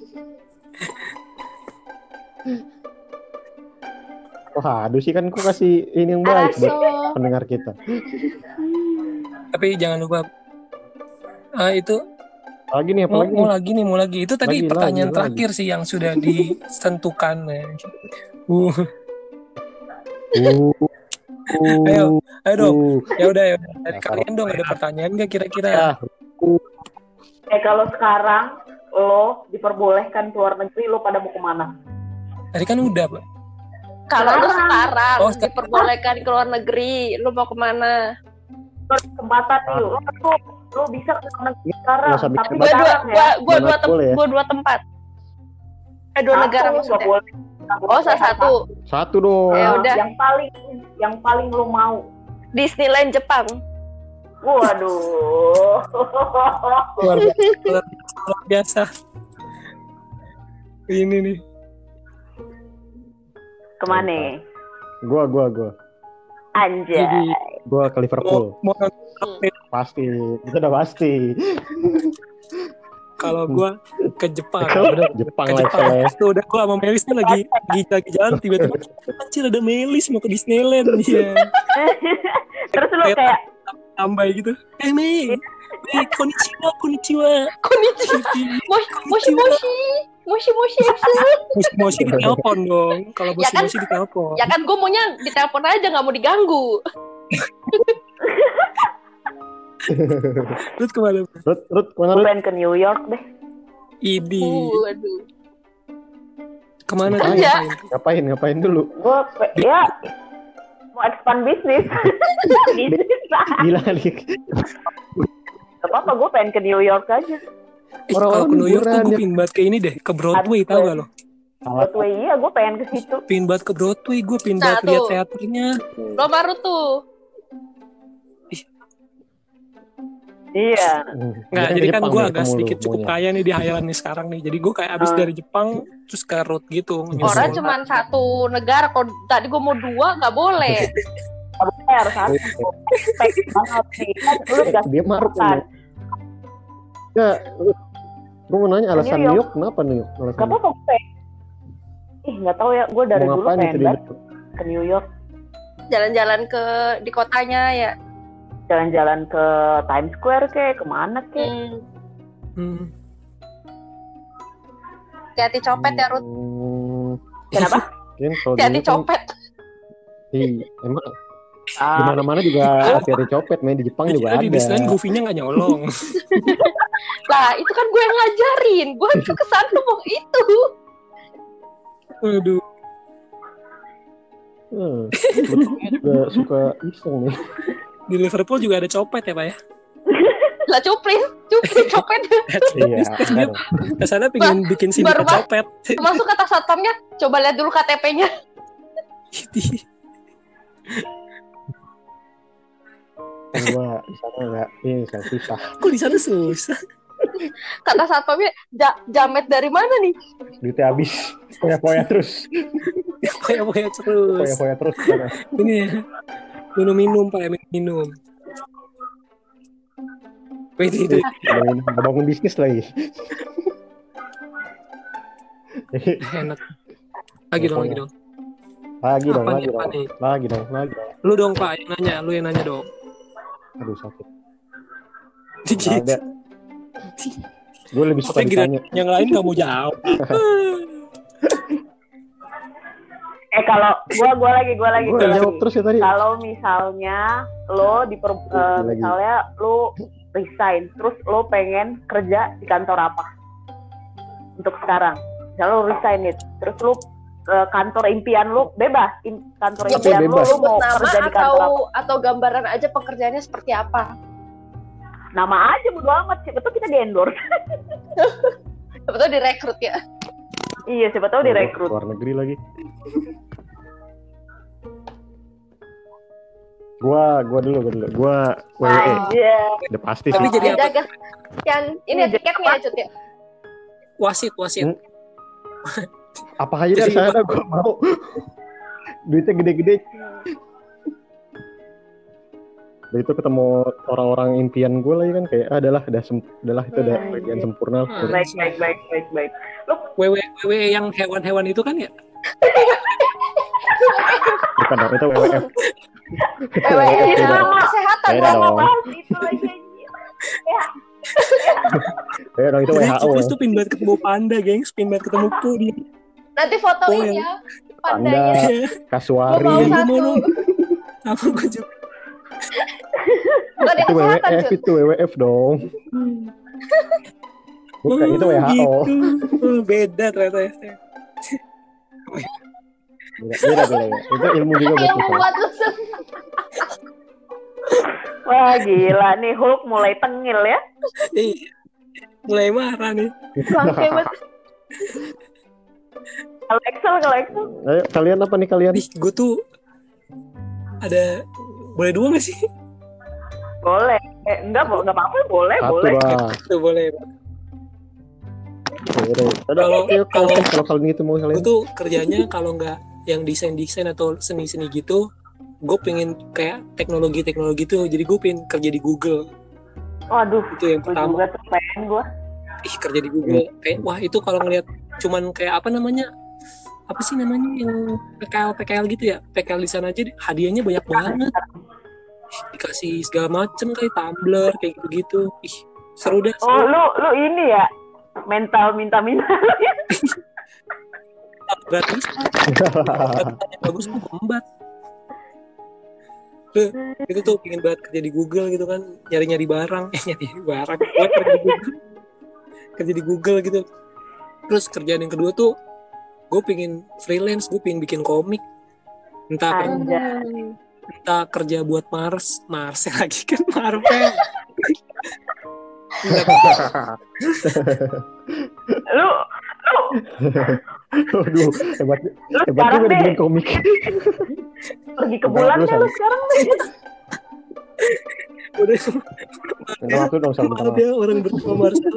Speaker 3: Wah, aduh sih kan aku kasih ini yang baik buat
Speaker 2: Aso.
Speaker 3: pendengar kita.
Speaker 1: Tapi jangan lupa ah itu
Speaker 3: Lagi nih, apa
Speaker 1: mau,
Speaker 3: lagi
Speaker 1: mau
Speaker 3: nih?
Speaker 1: lagi nih, mau lagi. Itu tadi
Speaker 3: Lagi,
Speaker 1: pertanyaan
Speaker 3: lagi,
Speaker 1: terakhir sih yang sudah ditentukan ya. Uh,
Speaker 3: Uh, uh,
Speaker 1: Ayo, ayo dong.
Speaker 3: uh.
Speaker 1: Ya udah ya. Dari
Speaker 3: Ya,
Speaker 1: kalian dong ada pertanyaan nggak kira-kira?
Speaker 3: Ya,
Speaker 4: Eh kalau sekarang lo diperbolehkan keluar negeri, lo pada mau kemana?
Speaker 1: Tadi kan udah, Pak.
Speaker 2: Kalau lu
Speaker 4: Sekarang.
Speaker 2: sekarang
Speaker 1: Oh, sekarang.
Speaker 2: diperbolehkan ke luar negeri, lu mau kemana?
Speaker 4: Lo kesempatan nih, lo lo, lo bisa keluar negeri sekarang,
Speaker 3: Nggak usah
Speaker 4: tapi
Speaker 3: bikin
Speaker 2: Gua dua,
Speaker 4: sekarang
Speaker 2: gua,
Speaker 4: ya.
Speaker 2: gua
Speaker 3: Mana
Speaker 2: dua, tem
Speaker 3: boleh ya?
Speaker 2: gua dua tempat. Eh dua
Speaker 4: Satu,
Speaker 2: negara
Speaker 4: nggak
Speaker 2: maksudnya.
Speaker 4: boleh.
Speaker 2: Oh, salah satu.
Speaker 3: satu dong.
Speaker 2: Ya udah.
Speaker 4: Yang paling yang paling lo mau.
Speaker 2: Disneyland Jepang.
Speaker 4: Waduh.
Speaker 1: Luar biasa. Luar biasa. Ini nih.
Speaker 4: Kemana?
Speaker 3: Gua, gua, gua.
Speaker 4: Anjay.
Speaker 1: Jadi
Speaker 3: Gua ke Liverpool.
Speaker 1: mau, mau nonton
Speaker 3: Pasti. Itu udah pasti.
Speaker 1: kalau gua ke Jepang,
Speaker 3: Ke
Speaker 1: bener.
Speaker 3: Jepang
Speaker 1: Ke
Speaker 3: level
Speaker 1: Jepang.
Speaker 3: ya.
Speaker 1: Tuh udah gua sama Melis tuh lagi lagi, lagi jalan tiba-tiba anjir ada Melis mau ke Disneyland dia.
Speaker 4: Terus lo kayak
Speaker 1: Tambah gitu. Eh Mei. Mei konnichiwa, konnichiwa.
Speaker 2: Konnichiwa. Moshi moshi moshi. Moshi moshi.
Speaker 1: Moshi-moshi ditelepon dong. Kalau
Speaker 2: Ya kan?
Speaker 1: moshi-moshi ditelepon.
Speaker 2: Ya kan gue maunya ditelepon aja, nggak mau diganggu.
Speaker 1: Terus kemana?
Speaker 3: Rut, Rut, kemana
Speaker 4: gue
Speaker 3: Rut?
Speaker 4: pengen ke New York deh.
Speaker 1: Idi.
Speaker 2: Uh, aduh.
Speaker 1: Kemana tuh?
Speaker 2: Kerja.
Speaker 1: Ngapain?
Speaker 3: Ngapain, ngapain dulu?
Speaker 4: Gue pe- ya mau expand bisnis. Bisnis lah.
Speaker 3: Gila nih.
Speaker 4: Gak apa-apa, gue pengen ke New York aja.
Speaker 1: Eh,
Speaker 3: Orang-orang
Speaker 1: kalau ke New York tuh
Speaker 3: liburan,
Speaker 1: gue
Speaker 3: ya.
Speaker 1: pingin banget ke ini deh, ke Broadway,
Speaker 4: Harus
Speaker 1: tau
Speaker 4: ke-
Speaker 1: gak lo?
Speaker 3: Salah.
Speaker 4: Broadway, iya gue pengen ke situ.
Speaker 1: Pingin banget ke Broadway, gue pingin
Speaker 2: Nah,
Speaker 1: banget lihat
Speaker 2: tuh.
Speaker 1: teaternya.
Speaker 2: Lo baru tuh.
Speaker 4: Iya.
Speaker 3: Hmm,
Speaker 1: Nggak,
Speaker 3: dia
Speaker 1: jadi
Speaker 3: ke
Speaker 1: kan
Speaker 3: Jepang
Speaker 1: gue
Speaker 3: nih,
Speaker 1: agak
Speaker 3: ketemu
Speaker 1: sedikit
Speaker 3: lu
Speaker 1: cukup
Speaker 3: maunya.
Speaker 1: kaya nih di hayalan nih sekarang nih. Jadi gue kayak abis
Speaker 4: Ah.
Speaker 1: dari Jepang, terus ke road gitu.
Speaker 2: Orang
Speaker 1: nyusul.
Speaker 2: cuma satu negara. Kalau tadi gue mau dua, nggak boleh.
Speaker 4: Gak boleh, harus satu. Respect banget nih. Kan lu dikasih
Speaker 3: Dia maruk
Speaker 4: kesempatan.
Speaker 3: ini. Enggak, gue mau nanya alasan
Speaker 4: New
Speaker 3: New
Speaker 4: York.
Speaker 3: York kenapa New York? Alasan
Speaker 4: Gak apa-apa gue pengen. Ih gak tau ya, gue dari
Speaker 3: mau
Speaker 4: dulu
Speaker 3: ngapain
Speaker 4: pengen
Speaker 3: itu di
Speaker 4: banget
Speaker 3: New York?
Speaker 4: ke New York.
Speaker 2: Jalan-jalan ke di kotanya ya.
Speaker 4: Jalan-jalan ke Times Square kek, kemana kek.
Speaker 2: Hmm.
Speaker 1: Hmm.
Speaker 2: Hati-hati copet ya, Ruth.
Speaker 3: Hmm,
Speaker 4: Kenapa?
Speaker 3: kan kalau
Speaker 2: Hati-hati
Speaker 3: dulu kan,
Speaker 2: copet.
Speaker 3: iya, emang di
Speaker 4: Ah,
Speaker 3: mana-mana juga hati-hati copet, main di Jepang juga
Speaker 1: Di
Speaker 3: ada.
Speaker 1: Disneyland Goofy-nya nggak nyolong.
Speaker 2: Lah, itu kan gue yang ngajarin. Gue tuh kesana mau itu.
Speaker 1: Aduh.
Speaker 3: Hmm, betulnya juga suka iseng nih.
Speaker 1: Di Liverpool juga ada copet ya Pak ya?
Speaker 2: Lah cuprin, cuprin copet.
Speaker 3: Iya,
Speaker 1: Dia
Speaker 3: ada.
Speaker 1: kesana pengen bikin sindikat
Speaker 2: baru ba-
Speaker 1: copet.
Speaker 2: Masuk kata satpamnya, coba lihat dulu K T P-nya.
Speaker 3: Gua di sana nggak, ini saya susah.
Speaker 1: Kok di sana susah?
Speaker 2: Kata satpamnya, ja- jamet dari mana nih?
Speaker 3: Duitnya habis, foya-foya terus,
Speaker 1: Poya-poya terus.
Speaker 3: foya-foya terus. di sana.
Speaker 1: Ini ya. Minum-minum Pak ya, minum. Wait, ini.
Speaker 3: Bangun, bangun bisnis lagi.
Speaker 1: Enak. Lagi dong, lagi dong.
Speaker 3: Lagi dong,
Speaker 1: Apa
Speaker 3: lagi
Speaker 1: nih, apa
Speaker 3: dong,
Speaker 1: nih?
Speaker 3: lagi dong, lagi dong.
Speaker 1: Lu dong Pak yang nanya, lu yang nanya dong.
Speaker 3: Aduh sakit.
Speaker 1: Dikit.
Speaker 3: Ada. Gue lebih suka
Speaker 1: Apa gila,
Speaker 3: ditanya.
Speaker 1: yang lain gak mau jawab.
Speaker 4: eh kalau gue gue lagi gue lagi
Speaker 3: Gue
Speaker 4: gue lagi.
Speaker 3: jawab terus ya tadi.
Speaker 4: Kalau misalnya lo di per, eh,
Speaker 3: Lagi.
Speaker 4: misalnya lo resign, terus lo pengen kerja di kantor apa? Untuk sekarang, misalnya lo resign nih, terus lo eh, kantor impian lo bebas, im- kantor
Speaker 2: Ya,
Speaker 4: impian lo
Speaker 3: bebas.
Speaker 4: lo mau
Speaker 2: Nama
Speaker 4: kerja di kantor
Speaker 2: atau
Speaker 4: apa?
Speaker 2: atau gambaran aja pekerjaannya seperti apa?
Speaker 4: Nama aja bodo amat sih, betul kita di endorse.
Speaker 2: Betul direkrut ya.
Speaker 4: Iya, siapa tahu direkrut.
Speaker 3: Luar negeri lagi. Gua, gua dulu, gua dulu. Gua W W E.
Speaker 4: Aja.
Speaker 3: Udah pasti
Speaker 1: Tapi
Speaker 3: sih.
Speaker 1: jadi apa?
Speaker 2: Jaga. Yang ini
Speaker 4: Iya,
Speaker 2: tiketnya ya Cut ya.
Speaker 1: Wasit, wasit.
Speaker 3: Hmm. Apa aja
Speaker 1: Jadi
Speaker 3: dari sana gua mau. Duitnya gede-gede. Dan itu ketemu orang-orang impian gue lagi kan kayak ah, adalah udah sem- adalah itu udah
Speaker 4: Hmm.
Speaker 3: bagian sempurna.
Speaker 1: Hmm.
Speaker 4: Baik, baik, baik, baik, baik. Lu
Speaker 1: W W W W E yang hewan-hewan itu kan ya?
Speaker 3: Bukan dong, itu W W F.
Speaker 2: W W E
Speaker 3: Beda.
Speaker 2: dalam kesehatan
Speaker 3: Beda
Speaker 2: dong.
Speaker 3: dong.
Speaker 4: bahas itu lagi anjir. Ya,
Speaker 3: Beda dong, itu
Speaker 1: Jadi
Speaker 3: W H O.
Speaker 1: Kupis tuh pin banget ketemu panda, gengs. Pin banget ketemu Pudi.
Speaker 2: Nanti
Speaker 1: Oh,
Speaker 2: fotoin
Speaker 1: yang-
Speaker 2: ya
Speaker 3: Panda,
Speaker 2: pandanya.
Speaker 3: kasuari.
Speaker 2: Gua mau
Speaker 1: Iya,
Speaker 2: satu.
Speaker 1: gua mau. Apa gue juga.
Speaker 2: Bukan di
Speaker 3: Itu W W
Speaker 2: kesehatan
Speaker 3: F,
Speaker 2: Cut.
Speaker 3: itu W W F dong. Bukan, itu W H O.
Speaker 1: Gitu. Oh, beda ternyata ya.
Speaker 3: Beda, beda, beda, beda. Itu ilmu juga buat
Speaker 2: Yang
Speaker 3: kita.
Speaker 2: membuat lu sen-
Speaker 4: wah gila nih Hulk mulai tengil ya.
Speaker 1: Iya. Mulai marah nih.
Speaker 2: bangke banget.
Speaker 4: Kalau Excel, kalau Excel.
Speaker 3: Ayo, kalian apa nih kalian?
Speaker 1: Ih, gue tuh ada boleh dua gak sih?
Speaker 4: Boleh. Eh, enggak, bo- enggak apa-apa, boleh,
Speaker 3: Satu
Speaker 4: boleh.
Speaker 3: lah.
Speaker 1: Tuh boleh.
Speaker 3: Yaudah. Udah,
Speaker 1: Kalau-
Speaker 3: ayo, kalau
Speaker 1: kalau-
Speaker 3: kalau kalian gitu mau
Speaker 1: Gue
Speaker 3: kalian.
Speaker 1: tuh kerjanya kalau nggak yang desain-desain atau seni-seni gitu, gue pengen kayak teknologi-teknologi tuh. Jadi gue pengen kerja di Google.
Speaker 4: Waduh,
Speaker 1: Itu yang
Speaker 4: gue
Speaker 1: pertama.
Speaker 4: juga tuh pengen gue.
Speaker 1: Ih, kerja di Google. Kayak wah itu kalau ngeliat cuman kayak apa namanya? Apa sih namanya yang P K L P K L gitu ya? P K L di sana aja hadiahnya banyak banget. Dikasih segala macem kayak tumbler kayak gitu-gitu. Ih, seru dah.
Speaker 4: Oh,
Speaker 1: Seru.
Speaker 4: lu lu ini ya mental minta-minta.
Speaker 1: Gratis. Bagus tuh Embat. Tuh, itu tuh pengen banget kerja di Google gitu kan, nyari-nyari barang, eh nyari barang, gue kerja di Google, kerja di Google gitu. Terus kerjaan yang kedua tuh, gue pengen freelance, gue pengen bikin komik, entah
Speaker 4: Anjay.
Speaker 1: entah kerja buat Mars, Mars lagi kan Marvel. Entah
Speaker 4: Lu lu
Speaker 3: Aduh, hebat,
Speaker 4: lu
Speaker 3: hebat
Speaker 4: sekarang
Speaker 3: juga
Speaker 4: deh
Speaker 3: bikin komik.
Speaker 4: pergi ke bulan deh lu sekarang deh.
Speaker 1: udah
Speaker 3: Minta waktu dong sama
Speaker 1: maaf ya orang bernama Marcel.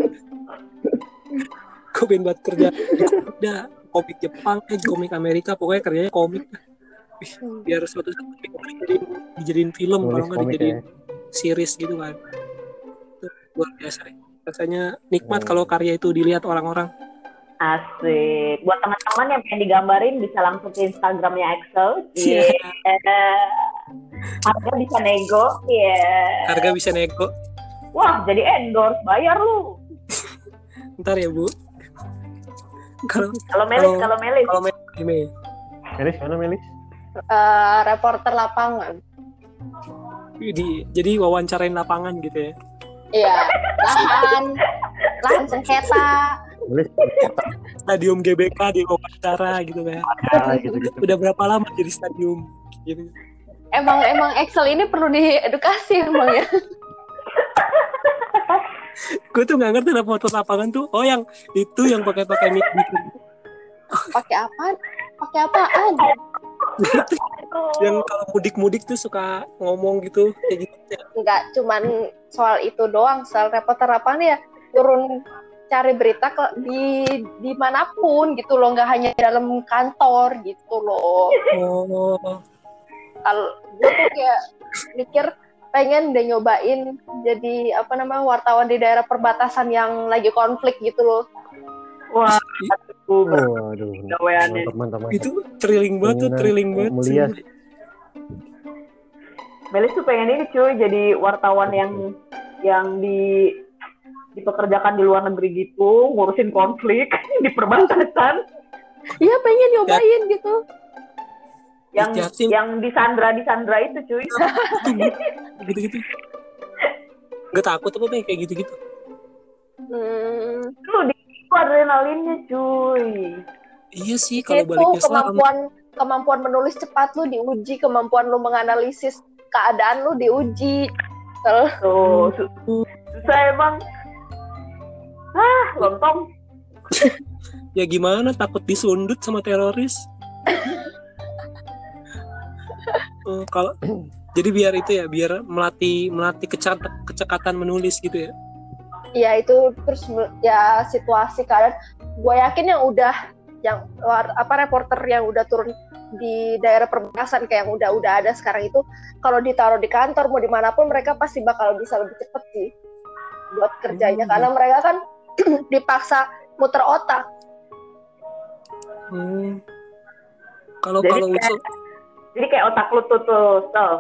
Speaker 1: Gue pengen buat kerja, udah komik Jepang, eh, komik Amerika, pokoknya kerjanya komik. Wih, biar suatu saat dijadiin, dijadiin film, kalau
Speaker 3: Nulis
Speaker 1: nggak
Speaker 3: komik
Speaker 1: dijadiin
Speaker 3: ya.
Speaker 1: series gitu kan. Itu luar biasa. Rasanya nikmat
Speaker 3: Oh.
Speaker 1: kalau karya itu dilihat orang-orang.
Speaker 4: Asik. Buat teman-teman yang pengen digambarin bisa langsung ke Instagramnya Excel.
Speaker 1: Iya.
Speaker 4: Yeah. Harga bisa nego. Yeah.
Speaker 1: Harga bisa nego.
Speaker 4: Wah, jadi endorse, bayar lu.
Speaker 1: Ntar ya Bu. Kalau
Speaker 4: Kalau Melis,
Speaker 1: Kalau-
Speaker 4: kalau Melis.
Speaker 1: kalau main anime,
Speaker 3: Melis, mana Melis?
Speaker 2: Eh, reporter lapangan.
Speaker 1: di, jadi wawancarain lapangan gitu ya.
Speaker 2: Iya, lahan, lahan sengketa.
Speaker 3: Melis,
Speaker 1: Stadium G B K di wawancara gitu kan.
Speaker 3: ah, gitu-gitu.
Speaker 1: Udah berapa lama jadi stadium gitu.
Speaker 2: Emang emang Excel ini perlu diedukasi emang ya.
Speaker 1: Gue tuh nggak ngerti reporter lapangan tuh. Oh yang itu yang pakai-pakai mic gitu.
Speaker 2: Pakai apaan? Pakai apaan?
Speaker 1: Yang kalau mudik-mudik tuh suka ngomong gitu kayak gitu.
Speaker 2: Enggak cuman soal itu doang, soal reporter lapangan ya turun cari berita ke di dimanapun gitu loh, nggak hanya dalam kantor gitu loh.
Speaker 1: Oh,
Speaker 2: Kalau gue tuh kayak mikir pengen deh nyobain jadi apa namanya wartawan di daerah perbatasan yang lagi konflik gitu loh.
Speaker 4: Wah, aduh,
Speaker 3: Oh, aduh.
Speaker 4: gaweannya.
Speaker 3: Teman-teman.
Speaker 1: itu thrilling banget tuh,
Speaker 3: Keinginan
Speaker 1: thrilling banget.
Speaker 3: mulia
Speaker 1: sih.
Speaker 3: sih.
Speaker 4: Melis tuh pengen ini cuy, jadi wartawan yang yang di dipekerjakan di luar negeri gitu, ngurusin konflik di perbatasan,
Speaker 2: Iya pengen nyobain gitu.
Speaker 4: yang
Speaker 1: Jatim.
Speaker 4: yang di Sandra di Sandra itu cuy.
Speaker 1: Gitu-gitu. Gak takut apa Be, kayak gitu-gitu.
Speaker 2: Hmm,
Speaker 4: Lu di itu adrenalinnya cuy.
Speaker 1: Iya sih kalau
Speaker 2: itu
Speaker 1: baliknya selamat.
Speaker 2: kemampuan kemampuan menulis cepat lu diuji, kemampuan lu menganalisis keadaan lu diuji. Kalau
Speaker 4: Tuh, su- susah emang. Ah, lontong.
Speaker 1: Ya gimana, takut disundut sama teroris. Oh, kalau jadi biar itu ya, biar melatih melatih kecat- kecekatan menulis gitu ya.
Speaker 2: Ya itu terus ya situasi keadaan. Gue yakin yang udah yang apa reporter yang udah turun di daerah perbatasan kayak yang udah udah ada sekarang itu, kalau ditaruh di kantor mau dimanapun mereka pasti bakal bisa lebih cepet sih buat kerjanya, hmm. karena mereka kan dipaksa muter otak.
Speaker 1: Hmm. Kalau
Speaker 4: Jadi
Speaker 1: kalau
Speaker 4: kayak,
Speaker 1: Whistle,
Speaker 4: jadi kayak otak lu tuh tuh, tuh.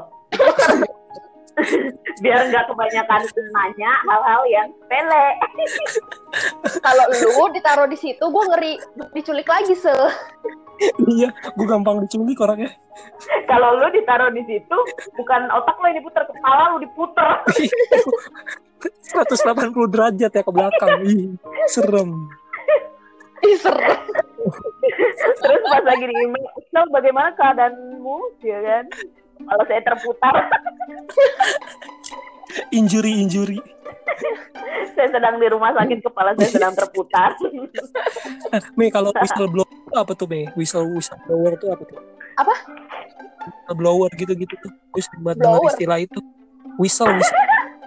Speaker 4: Biar nggak kebanyakan nanya hal-hal yang sepele.
Speaker 2: Kalau lu ditaruh di situ, gue ngeri diculik lagi se.
Speaker 1: Iya, gue gampang diculik orangnya.
Speaker 4: Kalau lu ditaruh di situ, bukan otak lu yang diputer, kepala lu diputer.
Speaker 1: seratus delapan puluh derajat ya ke belakang. Ih, serem.
Speaker 2: Ih, serem.
Speaker 4: Terus pas lagi di email, "Sel, bagaimana keadaanmu?" Ya kan? Kalau saya terputar.
Speaker 1: Injury-injury.
Speaker 4: Saya sedang di rumah sakit, kepala saya sedang terputar.
Speaker 1: Mei, kalau whistleblower itu apa tuh, Mei? Whistle whistleblower itu apa tuh?
Speaker 2: Apa?
Speaker 1: Whistleblower gitu-gitu tuh. Gue sering banget dengar istilah itu. Whistle, whistle.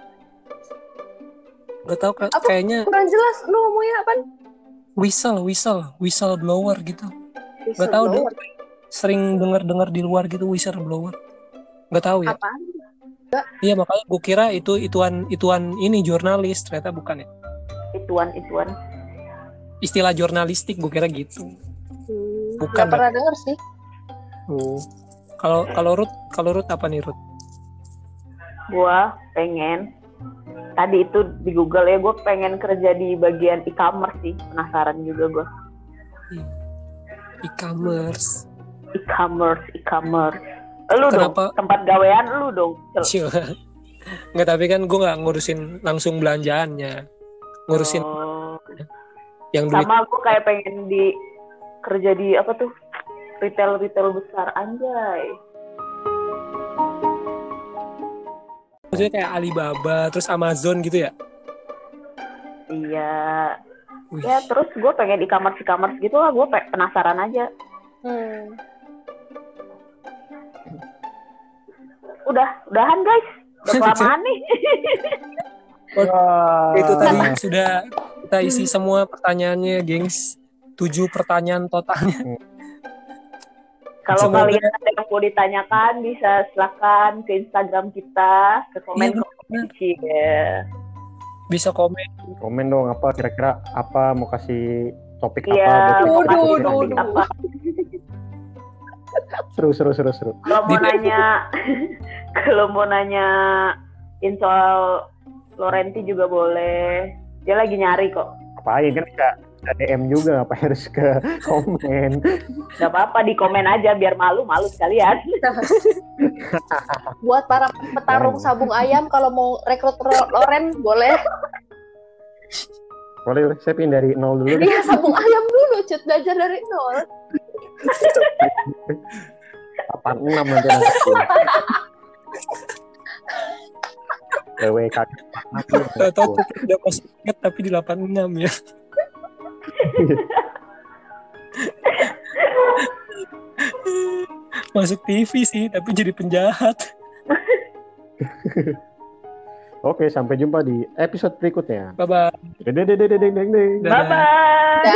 Speaker 1: Gak tau,
Speaker 2: apa?
Speaker 1: kayaknya
Speaker 2: kurang jelas lu ngomongnya apa?
Speaker 1: Whistle, whistle, whistleblower gitu. Gak tau deh. Sering dengar-dengar di luar gitu whistleblower. Gak tahu ya.
Speaker 2: Apaan?
Speaker 1: Iya, makanya gue kira itu ituan ituan ini jurnalis, ternyata bukan ya.
Speaker 4: Ituan ituan.
Speaker 1: Istilah jurnalistik gue kira gitu.
Speaker 2: Hmm,
Speaker 1: bukan.
Speaker 2: Gak pernah denger sih.
Speaker 1: Oh. Kalau kalau Ruth, kalau Ruth apa nih Ruth?
Speaker 4: Gua pengen tadi itu di Google ya, gue pengen kerja di bagian e-commerce sih, penasaran juga gue.
Speaker 1: E-commerce.
Speaker 4: E-commerce, e-commerce. Lu
Speaker 1: Kenapa?
Speaker 4: Dong, tempat gawean lu dong.
Speaker 1: Nggak, tapi kan gue nggak ngurusin langsung belanjaannya, ngurusin
Speaker 4: oh.
Speaker 1: yang duit.
Speaker 4: Sama gue kayak pengen di kerja di apa tuh retail retail besar, anjay.
Speaker 1: Maksudnya kayak Alibaba, terus Amazon gitu ya?
Speaker 4: Iya.
Speaker 1: Wih.
Speaker 4: Ya terus gue pengen e-commerce e-commerce gitu lah, gue penasaran aja.
Speaker 2: Hmm.
Speaker 4: Udah, udahan guys. Udah kelamaan nih.
Speaker 1: Oh, itu tadi sudah kita isi semua pertanyaannya, gengs. Tujuh pertanyaan totalnya.
Speaker 4: Kalau
Speaker 1: Semoga...
Speaker 4: kalian ada yang mau ditanyakan, bisa silakan ke Instagram kita, ke komen
Speaker 1: iya,
Speaker 4: ya.
Speaker 1: Bisa komen.
Speaker 3: Komen dong apa kira-kira apa mau kasih topik
Speaker 4: ya,
Speaker 3: apa?
Speaker 2: Duh, duh,
Speaker 4: topik
Speaker 2: duh,
Speaker 4: apa.
Speaker 3: Seru seru seru seru.
Speaker 4: Kalau mau nanya, kalau mau nanya soal Laurenti juga boleh. Dia lagi nyari kok.
Speaker 3: Apain kan bisa D M juga, apa harus ke komen?
Speaker 4: Gak apa-apa, di komen aja biar malu-malu sekalian.
Speaker 2: Buat para petarung sabung ayam kalau mau rekrut Loren boleh.
Speaker 3: Boleh, saya pindah dari nol dulu.
Speaker 2: Iya, sabung ayam dulu, Cut, belajar dari nol.
Speaker 3: delapan enam nanti nanti. W W K
Speaker 1: Tahu udah masuk tapi di delapan enam ya. Masuk T V sih, tapi jadi penjahat.
Speaker 3: Oke, sampai jumpa di episode berikutnya.
Speaker 1: Bye bye.
Speaker 3: Bye bye.
Speaker 4: Bye bye.